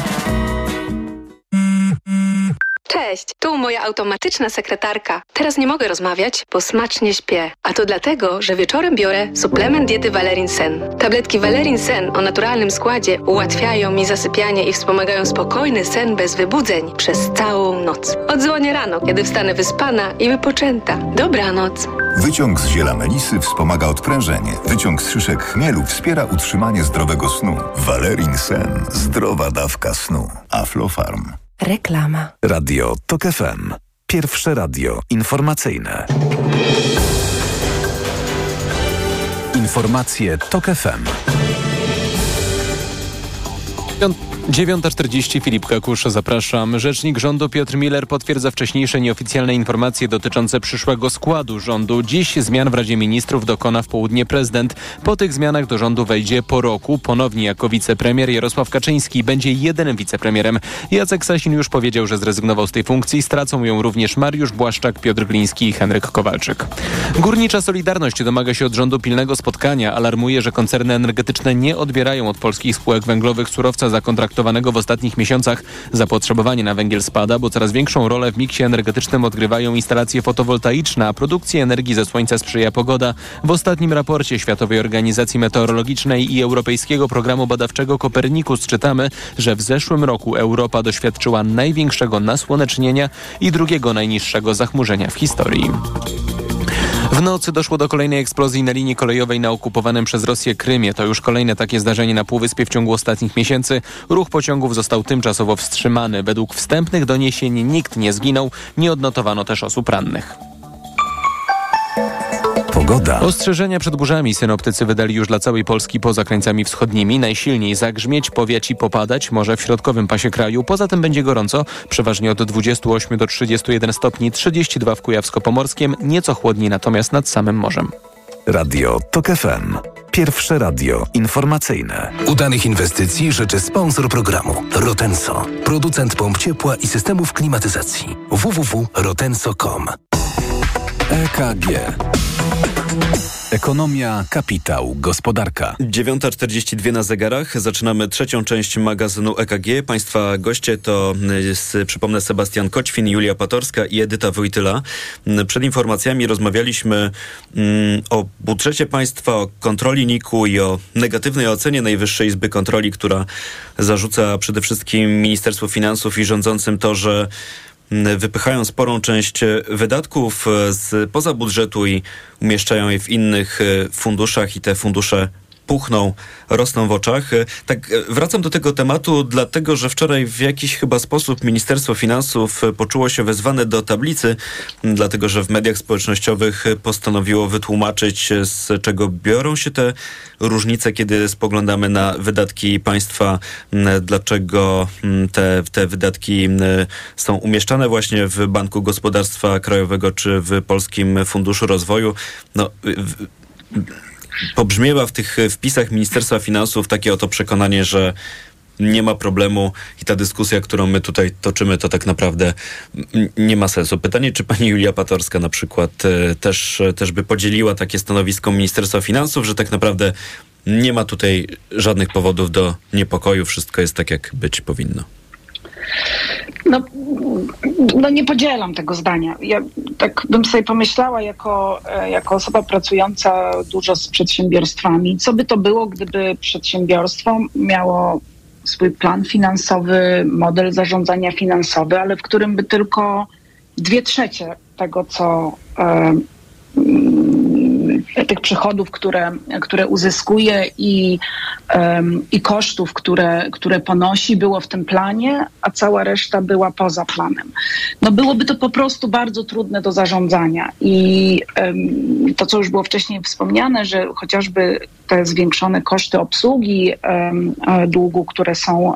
Cześć, tu moja automatyczna sekretarka. Teraz nie mogę rozmawiać, bo smacznie śpię. A to dlatego, że wieczorem biorę suplement diety Valerin Sen. Tabletki Valerin Sen o naturalnym składzie ułatwiają mi zasypianie i wspomagają spokojny sen bez wybudzeń przez całą noc. Odzwonię rano, kiedy wstanę wyspana i wypoczęta. Dobranoc. Wyciąg z ziela melisy wspomaga odprężenie. Wyciąg z szyszek chmielu wspiera utrzymanie zdrowego snu. Valerin Sen. Zdrowa dawka snu. Aflofarm. Reklama. Radio TOK FM. Pierwsze radio informacyjne. Informacje TOK FM. 9:40, Filip Kakusz, zapraszam. Rzecznik rządu Piotr Miller potwierdza wcześniejsze nieoficjalne informacje dotyczące przyszłego składu rządu. Dziś zmian w Radzie Ministrów dokona w południe prezydent. Po tych zmianach do rządu wejdzie po roku. Ponownie jako wicepremier Jarosław Kaczyński będzie jedynym wicepremierem. Jacek Sasin już powiedział, że zrezygnował z tej funkcji. Stracą ją również Mariusz Błaszczak, Piotr Gliński i Henryk Kowalczyk. Górnicza Solidarność domaga się od rządu pilnego spotkania. Alarmuje, że koncerny energetyczne nie odbierają od polskich spółek węglowych surowca zakontraktowanego w ostatnich miesiącach. Zapotrzebowanie na węgiel spada, bo coraz większą rolę w miksie energetycznym odgrywają instalacje fotowoltaiczne, a produkcji energii ze słońca sprzyja pogoda. W ostatnim raporcie Światowej Organizacji Meteorologicznej i Europejskiego Programu Badawczego Copernicus czytamy, że w zeszłym roku Europa doświadczyła największego nasłonecznienia i drugiego najniższego zachmurzenia w historii. W nocy doszło do kolejnej eksplozji na linii kolejowej na okupowanym przez Rosję Krymie. To już kolejne takie zdarzenie na Półwyspie w ciągu ostatnich miesięcy. Ruch pociągów został tymczasowo wstrzymany. Według wstępnych doniesień nikt nie zginął. Nie odnotowano też osób rannych. Pogoda. Ostrzeżenia przed burzami synoptycy wydali już dla całej Polski poza krańcami wschodnimi. Najsilniej zagrzmieć, powiać i popadać może w środkowym pasie kraju. Poza tym będzie gorąco, przeważnie od 28 do 31 stopni, 32 w Kujawsko-Pomorskiem, nieco chłodniej natomiast nad samym morzem. Radio TOK FM. Pierwsze radio informacyjne. Udanych inwestycji życzy sponsor programu Rotenso. Producent pomp ciepła i systemów klimatyzacji. www.rotenso.com. EKG. Ekonomia, kapitał, gospodarka. 9:42 na zegarach. Zaczynamy trzecią część magazynu EKG. Państwa goście to, przypomnę, Sebastian Koćwin, Julia Patorska i Edyta Wojtyla. Przed informacjami rozmawialiśmy o budżecie państwa, o kontroli NIK-u i o negatywnej ocenie Najwyższej Izby Kontroli, która zarzuca przede wszystkim Ministerstwu Finansów i rządzącym to, że wypychają sporą część wydatków spoza budżetu i umieszczają je w innych funduszach i te fundusze puchną, rosną w oczach. Tak, wracam do tego tematu, dlatego że wczoraj w jakiś chyba sposób Ministerstwo Finansów poczuło się wezwane do tablicy, dlatego że w mediach społecznościowych postanowiło wytłumaczyć, z czego biorą się te różnice, kiedy spoglądamy na wydatki państwa, dlaczego te wydatki są umieszczane właśnie w Banku Gospodarstwa Krajowego czy w Polskim Funduszu Rozwoju. Pobrzmiewa w tych wpisach Ministerstwa Finansów takie oto przekonanie, że nie ma problemu i ta dyskusja, którą my tutaj toczymy, to tak naprawdę nie ma sensu. Pytanie, czy pani Julia Patorska na przykład też by podzieliła takie stanowisko Ministerstwa Finansów, że tak naprawdę nie ma tutaj żadnych powodów do niepokoju, wszystko jest tak, jak być powinno. No nie podzielam tego zdania. Ja tak bym sobie pomyślała jako osoba pracująca dużo z przedsiębiorstwami, co by to było, gdyby przedsiębiorstwo miało swój plan finansowy, model zarządzania finansowy, ale w którym by tylko 2/3 tego, co tych przychodów, które uzyskuje i kosztów, które ponosi, było w tym planie, a cała reszta była poza planem. No byłoby to po prostu bardzo trudne do zarządzania i to, co już było wcześniej wspomniane, że chociażby te zwiększone koszty obsługi długu, które są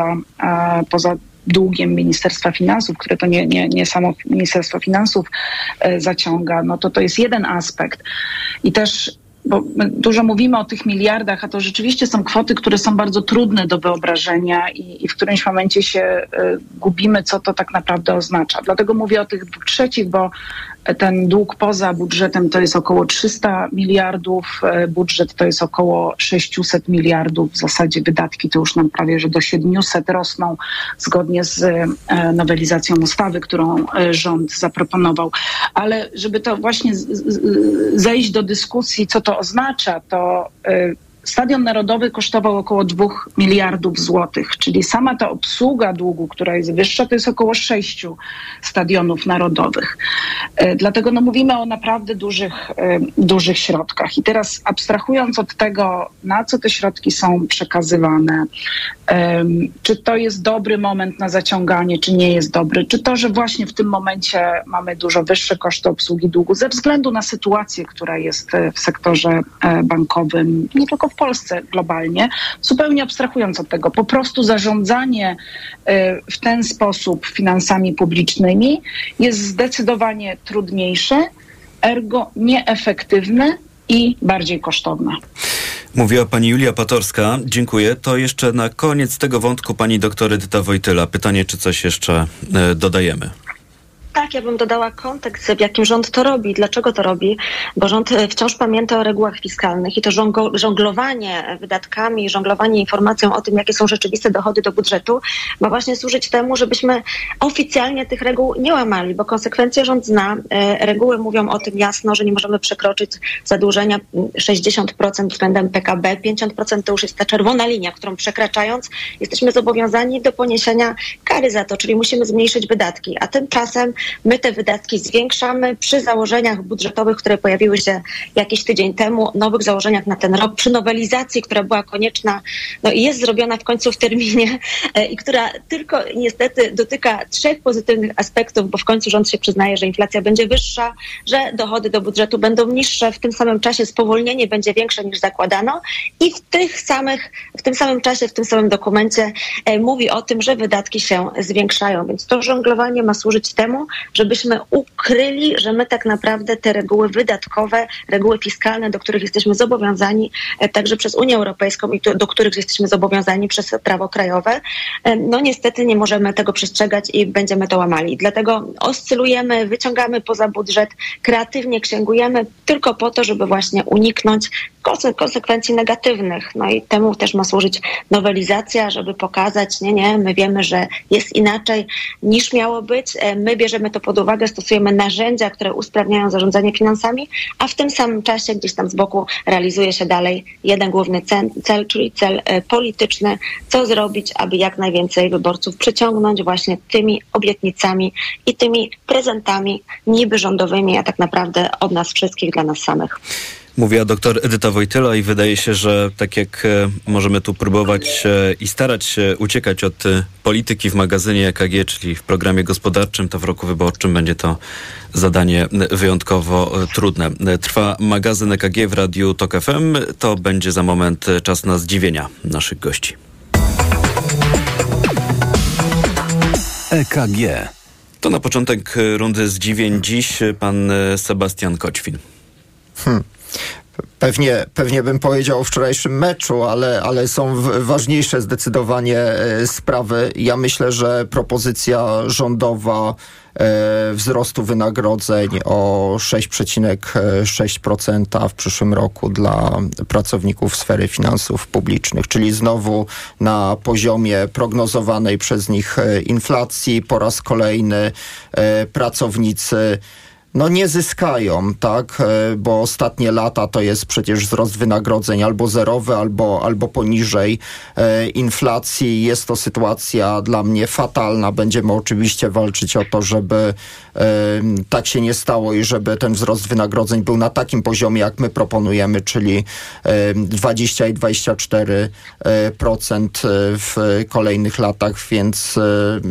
poza długiem Ministerstwa Finansów, które to nie samo Ministerstwo Finansów zaciąga, no to jest jeden aspekt. I też, bo my dużo mówimy o tych miliardach, a to rzeczywiście są kwoty, które są bardzo trudne do wyobrażenia i w którymś momencie się gubimy, co to tak naprawdę oznacza. Dlatego mówię o tych 2/3, bo ten dług poza budżetem to jest około 300 miliardów, budżet to jest około 600 miliardów. W zasadzie wydatki to już nam prawie, że do 700 rosną zgodnie z nowelizacją ustawy, którą rząd zaproponował. Ale żeby to właśnie zejść do dyskusji, co to oznacza, to Stadion Narodowy kosztował około 2 miliardów złotych, czyli sama ta obsługa długu, która jest wyższa, to jest około 6 stadionów narodowych. Dlatego mówimy o naprawdę dużych środkach. I teraz abstrahując od tego, na co te środki są przekazywane, czy to jest dobry moment na zaciąganie, czy nie jest dobry, czy to, że właśnie w tym momencie mamy dużo wyższe koszty obsługi długu ze względu na sytuację, która jest w sektorze bankowym, nie tylko w Polsce, globalnie, zupełnie abstrahując od tego, po prostu zarządzanie w ten sposób finansami publicznymi jest zdecydowanie trudniejsze, ergo nieefektywne i bardziej kosztowne. Mówiła pani Julia Patorska. Dziękuję. To jeszcze na koniec tego wątku pani doktor Edyta Wojtyła. Pytanie, czy coś jeszcze dodajemy? Tak, ja bym dodała kontekst, w jakim rząd to robi. Dlaczego to robi? Bo rząd wciąż pamięta o regułach fiskalnych i to żonglowanie wydatkami, żonglowanie informacją o tym, jakie są rzeczywiste dochody do budżetu, ma właśnie służyć temu, żebyśmy oficjalnie tych reguł nie łamali, bo konsekwencje rząd zna. Reguły mówią o tym jasno, że nie możemy przekroczyć zadłużenia 60% względem PKB. 50% to już jest ta czerwona linia, którą przekraczając jesteśmy zobowiązani do poniesienia kary za to, czyli musimy zmniejszyć wydatki, a tymczasem my te wydatki zwiększamy przy założeniach budżetowych, które pojawiły się jakiś tydzień temu, nowych założeniach na ten rok, przy nowelizacji, która była konieczna, i jest zrobiona w końcu w terminie i która tylko niestety dotyka 3 pozytywnych aspektów, bo w końcu rząd się przyznaje, że inflacja będzie wyższa, że dochody do budżetu będą niższe, w tym samym czasie spowolnienie będzie większe niż zakładano i w tym samym czasie, w tym samym dokumencie mówi o tym, że wydatki się zwiększają, więc to żonglowanie ma służyć temu, żebyśmy ukryli, że my tak naprawdę te reguły wydatkowe, reguły fiskalne, do których jesteśmy zobowiązani także przez Unię Europejską i do których jesteśmy zobowiązani przez prawo krajowe, niestety nie możemy tego przestrzegać i będziemy to łamali. Dlatego oscylujemy, wyciągamy poza budżet, kreatywnie księgujemy tylko po to, żeby właśnie uniknąć konsekwencji negatywnych. I temu też ma służyć nowelizacja, żeby pokazać, my wiemy, że jest inaczej niż miało być. My bierzemy to pod uwagę, stosujemy narzędzia, które usprawniają zarządzanie finansami, a w tym samym czasie gdzieś tam z boku realizuje się dalej jeden główny cel, czyli cel polityczny, co zrobić, aby jak najwięcej wyborców przyciągnąć właśnie tymi obietnicami i tymi prezentami niby rządowymi, a tak naprawdę od nas wszystkich, dla nas samych. Mówiła doktor Edyta Wojtyła i wydaje się, że tak jak możemy tu próbować i starać się uciekać od polityki w magazynie EKG, czyli w programie gospodarczym, to w roku wyborczym będzie to zadanie wyjątkowo trudne. Trwa magazyn EKG w Radiu TOK FM. To będzie za moment czas na zdziwienia naszych gości. EKG. To na początek rundy zdziwień dziś pan Sebastian Koćwin. Pewnie bym powiedział o wczorajszym meczu, ale są ważniejsze zdecydowanie sprawy. Ja myślę, że propozycja rządowa wzrostu wynagrodzeń o 6,6% w przyszłym roku dla pracowników sfery finansów publicznych, czyli znowu na poziomie prognozowanej przez nich inflacji po raz kolejny pracownicy nie zyskają, tak, bo ostatnie lata to jest przecież wzrost wynagrodzeń albo zerowy, albo poniżej inflacji. Jest to sytuacja dla mnie fatalna. Będziemy oczywiście walczyć o to, żeby tak się nie stało i żeby ten wzrost wynagrodzeń był na takim poziomie, jak my proponujemy, czyli 20 i 24% w kolejnych latach, więc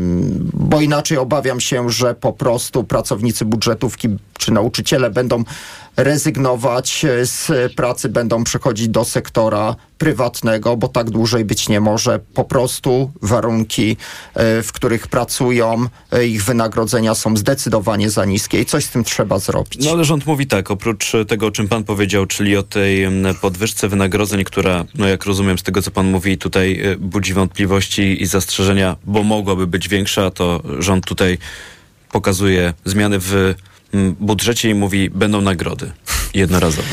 bo inaczej obawiam się, że po prostu pracownicy budżetówki czy nauczyciele będą rezygnować z pracy, będą przechodzić do sektora prywatnego, bo tak dłużej być nie może. Po prostu warunki, w których pracują, ich wynagrodzenia są zdecydowanie za niskie i coś z tym trzeba zrobić. No ale rząd mówi tak, oprócz tego, o czym pan powiedział, czyli o tej podwyżce wynagrodzeń, która, jak rozumiem z tego, co pan mówi, tutaj budzi wątpliwości i zastrzeżenia, bo mogłaby być większa, to rząd tutaj pokazuje zmiany w budżecie i mówi, będą nagrody jednorazowe.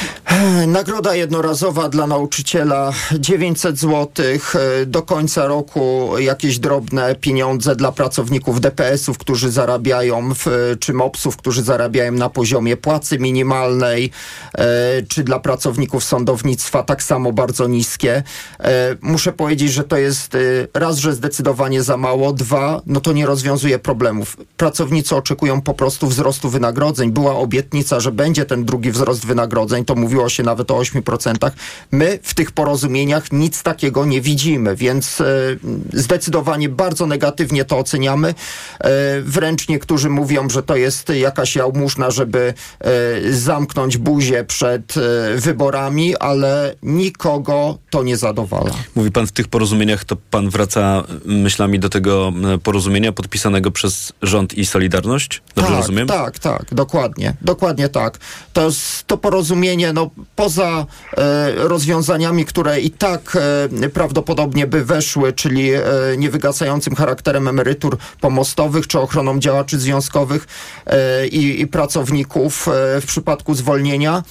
Nagroda jednorazowa dla nauczyciela 900 zł. Do końca roku jakieś drobne pieniądze dla pracowników DPS-ów, którzy zarabiają, czy MOPS-ów, którzy zarabiają na poziomie płacy minimalnej, czy dla pracowników sądownictwa tak samo bardzo niskie. Muszę powiedzieć, że to jest raz, że zdecydowanie za mało, dwa, to nie rozwiązuje problemów. Pracownicy oczekują po prostu wzrostu wynagrodzeń. Była obietnica, że będzie ten drugi wzrost wynagrodzeń, to mówiło się nawet o 8%. My w tych porozumieniach nic takiego nie widzimy, więc zdecydowanie bardzo negatywnie to oceniamy. Wręcz niektórzy mówią, że to jest jakaś jałmużna, żeby zamknąć buzię przed wyborami, ale nikogo to nie zadowala. Mówi pan w tych porozumieniach, to pan wraca myślami do tego porozumienia podpisanego przez rząd i Solidarność? Dobrze rozumiem? Tak, dokładnie tak. To porozumienie, poza rozwiązaniami, które i tak prawdopodobnie by weszły, czyli niewygasającym charakterem emerytur pomostowych, czy ochroną działaczy związkowych i pracowników w przypadku zwolnienia,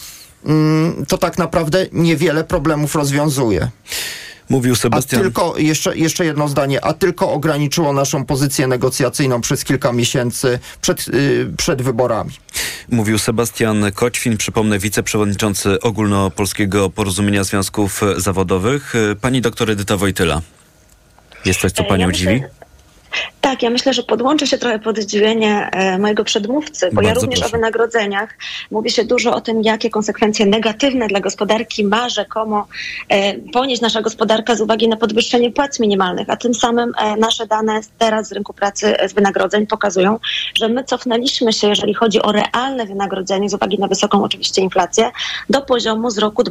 to tak naprawdę niewiele problemów rozwiązuje. Mówił Sebastian. A tylko, jeszcze jedno zdanie, tylko ograniczyło naszą pozycję negocjacyjną przez kilka miesięcy przed wyborami. Mówił Sebastian Koćwin, przypomnę, wiceprzewodniczący Ogólnopolskiego Porozumienia Związków Zawodowych. Pani doktor Edyta Wojtyla. Jest coś, co panią dziwi? Tak, ja myślę, że podłączę się trochę pod zdziwienie mojego przedmówcy, bo ja również o wynagrodzeniach mówi się dużo o tym, jakie konsekwencje negatywne dla gospodarki ma rzekomo ponieść nasza gospodarka z uwagi na podwyższenie płac minimalnych, a tym samym nasze dane teraz z rynku pracy z wynagrodzeń pokazują, że my cofnęliśmy się, jeżeli chodzi o realne wynagrodzenie z uwagi na wysoką oczywiście inflację, do poziomu z roku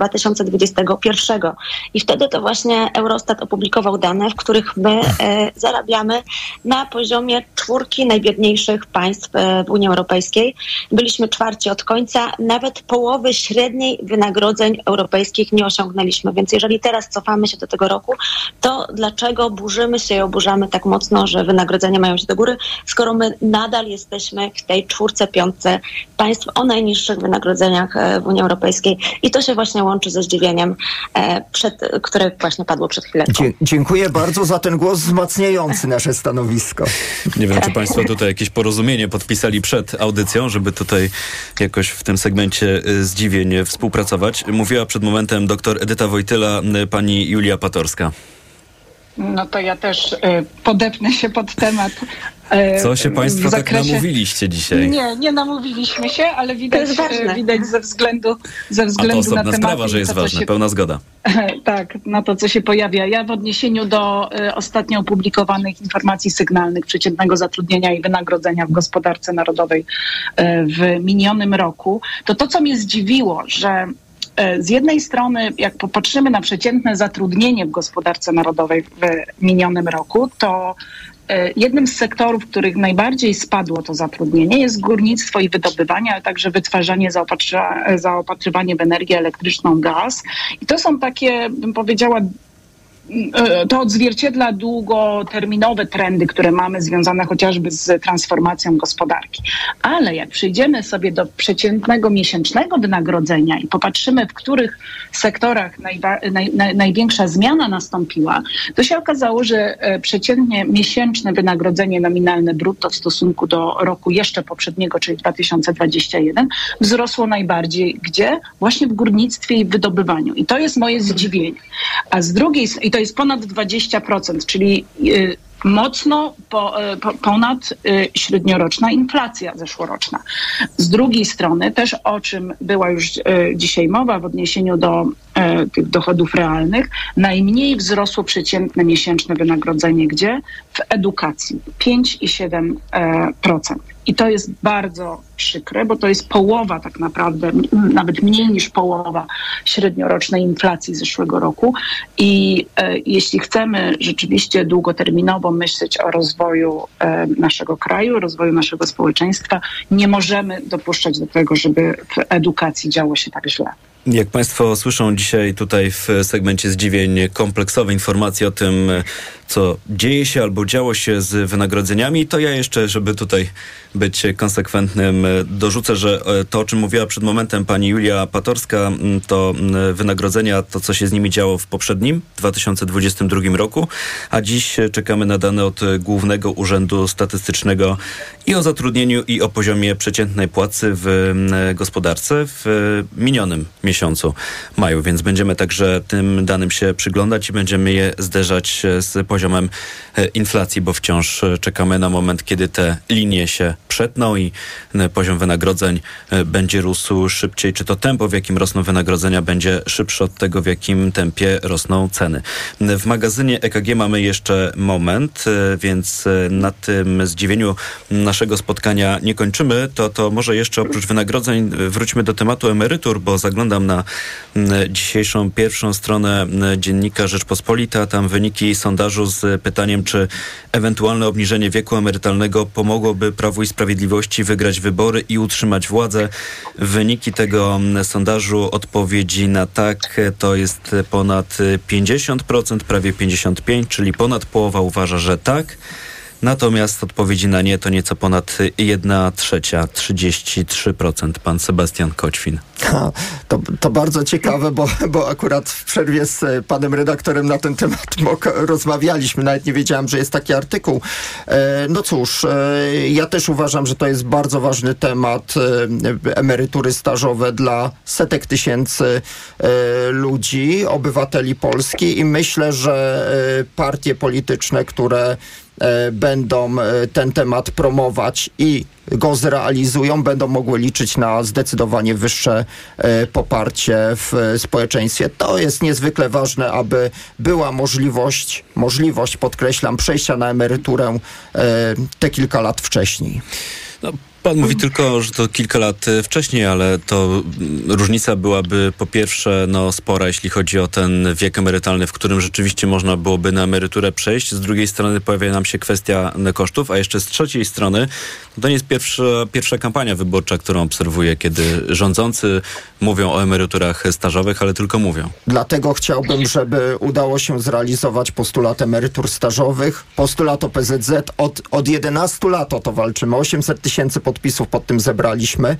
2021. I wtedy to właśnie Eurostat opublikował dane, w których my zarabiamy na poziomie 4 najbiedniejszych państw w Unii Europejskiej. Byliśmy 4 od końca, nawet połowy średniej wynagrodzeń europejskich nie osiągnęliśmy. Więc jeżeli teraz cofamy się do tego roku, to dlaczego burzymy się i oburzamy tak mocno, że wynagrodzenia mają się do góry, skoro my nadal jesteśmy w tej 4, 5 państw o najniższych wynagrodzeniach w Unii Europejskiej. I to się właśnie łączy ze zdziwieniem, które właśnie padło przed chwileczką. Dziękuję bardzo za ten głos wzmacniający nasze stanowisko. Nie wiem, czy państwo tutaj jakieś porozumienie podpisali przed audycją, żeby tutaj jakoś w tym segmencie zdziwień współpracować. Mówiła przed momentem dr Edyta Wojtyla, pani Julia Patorska. No to ja też podepnę się pod temat. Co się państwo tak namówiliście dzisiaj? Nie namówiliśmy się, ale widać ze względu na temat. A to osobna sprawa, że jest ważne, pełna zgoda. Tak, na to, co się pojawia. Ja w odniesieniu do ostatnio opublikowanych informacji sygnalnych przeciętnego zatrudnienia i wynagrodzenia w gospodarce narodowej w minionym roku, to co mnie zdziwiło, że z jednej strony, jak popatrzymy na przeciętne zatrudnienie w gospodarce narodowej w minionym roku, to jednym z sektorów, w których najbardziej spadło to zatrudnienie, jest górnictwo i wydobywanie, ale także wytwarzanie, zaopatrywanie w energię elektryczną, gaz. I to są takie, bym powiedziała, to odzwierciedla długoterminowe trendy, które mamy związane chociażby z transformacją gospodarki. Ale jak przyjdziemy sobie do przeciętnego miesięcznego wynagrodzenia i popatrzymy, w których sektorach największa zmiana nastąpiła, to się okazało, że przeciętnie miesięczne wynagrodzenie nominalne brutto w stosunku do roku jeszcze poprzedniego, czyli 2021, wzrosło najbardziej. Gdzie? Właśnie w górnictwie i wydobywaniu. I to jest moje zdziwienie. A z drugiej strony, to jest ponad 20%, czyli mocno ponad średnioroczna inflacja zeszłoroczna. Z drugiej strony też, o czym była już dzisiaj mowa w odniesieniu do tych dochodów realnych, najmniej wzrosło przeciętne miesięczne wynagrodzenie. Gdzie? W edukacji. 5,7%. I to jest bardzo przykre, bo to jest połowa tak naprawdę, nawet mniej niż połowa średniorocznej inflacji zeszłego roku. I jeśli chcemy rzeczywiście długoterminowo myśleć o rozwoju naszego kraju, rozwoju naszego społeczeństwa, nie możemy dopuszczać do tego, żeby w edukacji działo się tak źle. Jak Państwo słyszą dzisiaj tutaj w segmencie zdziwień kompleksowe informacje o tym, co dzieje się albo działo się z wynagrodzeniami, to ja jeszcze, żeby tutaj być konsekwentnym, dorzucę, że to, o czym mówiła przed momentem pani Julia Patorska, to wynagrodzenia, to co się z nimi działo w poprzednim, 2022 roku, a dziś czekamy na dane od Głównego Urzędu Statystycznego i o zatrudnieniu, i o poziomie przeciętnej płacy w gospodarce w minionym miesiącu maju, więc będziemy także tym danym się przyglądać i będziemy je zderzać z poziomem inflacji, bo wciąż czekamy na moment, kiedy te linie się przetną i poziom wynagrodzeń będzie rósł szybciej. Czy to tempo, w jakim rosną wynagrodzenia, będzie szybsze od tego, w jakim tempie rosną ceny. W magazynie EKG mamy jeszcze moment, więc na tym zdziwieniu naszego spotkania nie kończymy. To może jeszcze oprócz wynagrodzeń wróćmy do tematu emerytur, bo zaglądam na dzisiejszą pierwszą stronę dziennika Rzeczpospolita. Tam wyniki sondażu z pytaniem, czy ewentualne obniżenie wieku emerytalnego pomogłoby Prawu i Sprawiedliwości wygrać wybory i utrzymać władzę. Wyniki tego sondażu, odpowiedzi na tak, to jest ponad 50%, prawie 55%, czyli ponad połowa uważa, że tak. Natomiast odpowiedzi na nie to nieco ponad 1/3, 33%. Pan Sebastian Koćwin. To bardzo ciekawe, bo akurat w przerwie z panem redaktorem na ten temat rozmawialiśmy. Nawet nie wiedziałem, że jest taki artykuł. No cóż, ja też uważam, że to jest bardzo ważny temat. Emerytury stażowe dla setek tysięcy ludzi, obywateli Polski, i myślę, że partie polityczne, które będą ten temat promować i go zrealizują, będą mogły liczyć na zdecydowanie wyższe poparcie w społeczeństwie. To jest niezwykle ważne, aby była możliwość, podkreślam, przejścia na emeryturę te kilka lat wcześniej. No, pan mówi tylko, że to kilka lat wcześniej, ale to różnica byłaby po pierwsze spora, jeśli chodzi o ten wiek emerytalny, w którym rzeczywiście można byłoby na emeryturę przejść. Z drugiej strony pojawia nam się kwestia kosztów, a jeszcze z trzeciej strony to nie jest pierwsza kampania wyborcza, którą obserwuję, kiedy rządzący mówią o emeryturach stażowych, ale tylko mówią. Dlatego chciałbym, żeby udało się zrealizować postulat emerytur stażowych. Postulat OPZZ od 11 lat o to walczymy. 800 tysięcy podpisów pod tym zebraliśmy.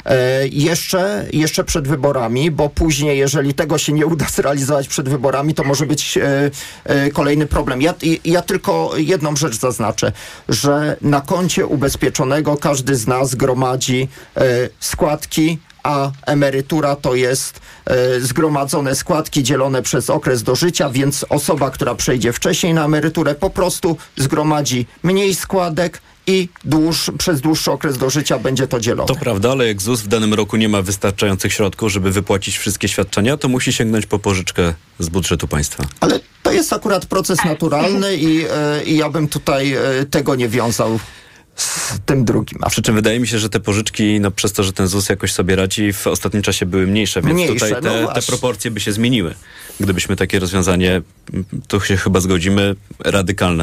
Jeszcze przed wyborami, bo później, jeżeli tego się nie uda zrealizować przed wyborami, to może być kolejny problem. Ja tylko jedną rzecz zaznaczę, że na koncie ubezpieczonego każdy z nas gromadzi składki, a emerytura to jest zgromadzone składki dzielone przez okres dożycia, więc osoba, która przejdzie wcześniej na emeryturę, po prostu zgromadzi mniej składek i przez dłuższy okres dożycia będzie to dzielone. To prawda, ale jak ZUS w danym roku nie ma wystarczających środków, żeby wypłacić wszystkie świadczenia, to musi sięgnąć po pożyczkę z budżetu państwa. Ale to jest akurat proces naturalny i ja bym tutaj tego nie wiązał z tym drugim. Przy czym wydaje mi się, że te pożyczki, przez to, że ten ZUS jakoś sobie radzi, w ostatnim czasie były mniejsze, więc tutaj te proporcje by się zmieniły. Gdybyśmy takie rozwiązanie, to się chyba zgodzimy, radykalne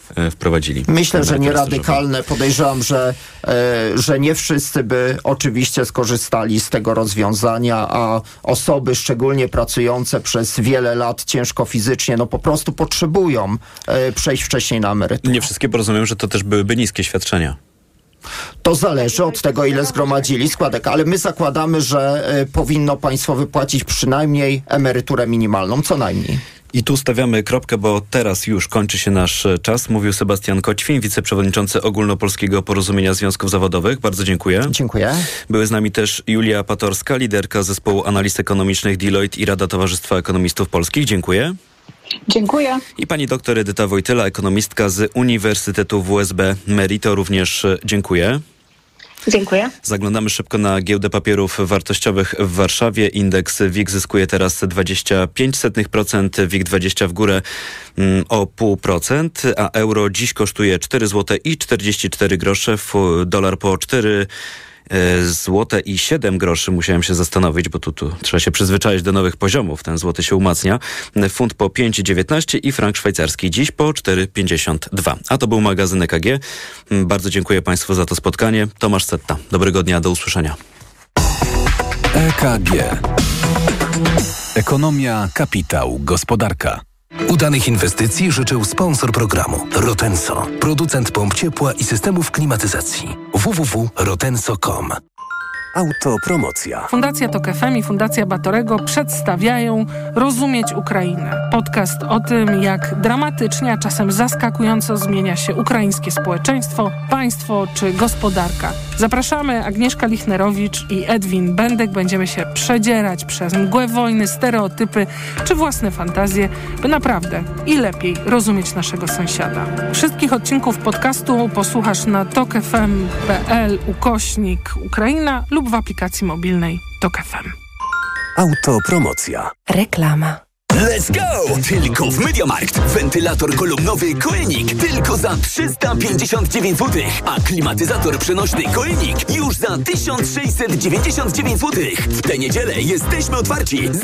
wprowadzili. Myślę, że nie radykalne. Podejrzewam, że nie wszyscy by oczywiście skorzystali z tego rozwiązania, a osoby szczególnie pracujące przez wiele lat ciężko fizycznie, po prostu potrzebują przejść wcześniej na emeryturę. Nie wszystkie, bo rozumiem, że to też byłyby niskie świadczenia. To zależy od tego, ile zgromadzili składek, ale my zakładamy, że powinno państwo wypłacić przynajmniej emeryturę minimalną, co najmniej. I tu stawiamy kropkę, bo teraz już kończy się nasz czas. Mówił Sebastian Koćwin, wiceprzewodniczący Ogólnopolskiego Porozumienia Związków Zawodowych. Bardzo dziękuję. Dziękuję. Były z nami też Julia Patorska, liderka Zespołu Analiz Ekonomicznych Deloitte i Rada Towarzystwa Ekonomistów Polskich. Dziękuję. Dziękuję. I pani doktor Edyta Wojtyla, ekonomistka z Uniwersytetu WSB Merito, również dziękuję. Dziękuję. Zaglądamy szybko na giełdę papierów wartościowych w Warszawie. Indeks WIG zyskuje teraz 0,25%, WIG20 w górę o 0,5%, a euro dziś kosztuje 4 zł i 44 grosze, dolar po 4 złote i 7 groszy. Musiałem się zastanowić, bo tu trzeba się przyzwyczaić do nowych poziomów. Ten złoty się umacnia. Funt po 5,19 i frank szwajcarski dziś po 4,52. A to był magazyn EKG. Bardzo dziękuję Państwu za to spotkanie. Tomasz Setta. Dobrego dnia, do usłyszenia. EKG. Ekonomia, kapitał, gospodarka. Udanych inwestycji życzył sponsor programu Rotenso, producent pomp ciepła i systemów klimatyzacji. www.rotenso.com. Autopromocja. Fundacja Tok FM i Fundacja Batorego przedstawiają Rozumieć Ukrainę. Podcast o tym, jak dramatycznie, a czasem zaskakująco zmienia się ukraińskie społeczeństwo, państwo czy gospodarka. Zapraszamy, Agnieszka Lichnerowicz i Edwin Bendek. Będziemy się przedzierać przez mgłę wojny, stereotypy czy własne fantazje, by naprawdę i lepiej rozumieć naszego sąsiada. Wszystkich odcinków podcastu posłuchasz na tokfm.pl/Ukraina lub w aplikacji mobilnej Tok FM. Autopromocja. Reklama. Let's go! Tylko w MediaMarkt. Wentylator kolumnowy Koenig tylko za 359 zł, a klimatyzator przenośny Koenig już za 1699 zł. W tę niedzielę jesteśmy otwarci z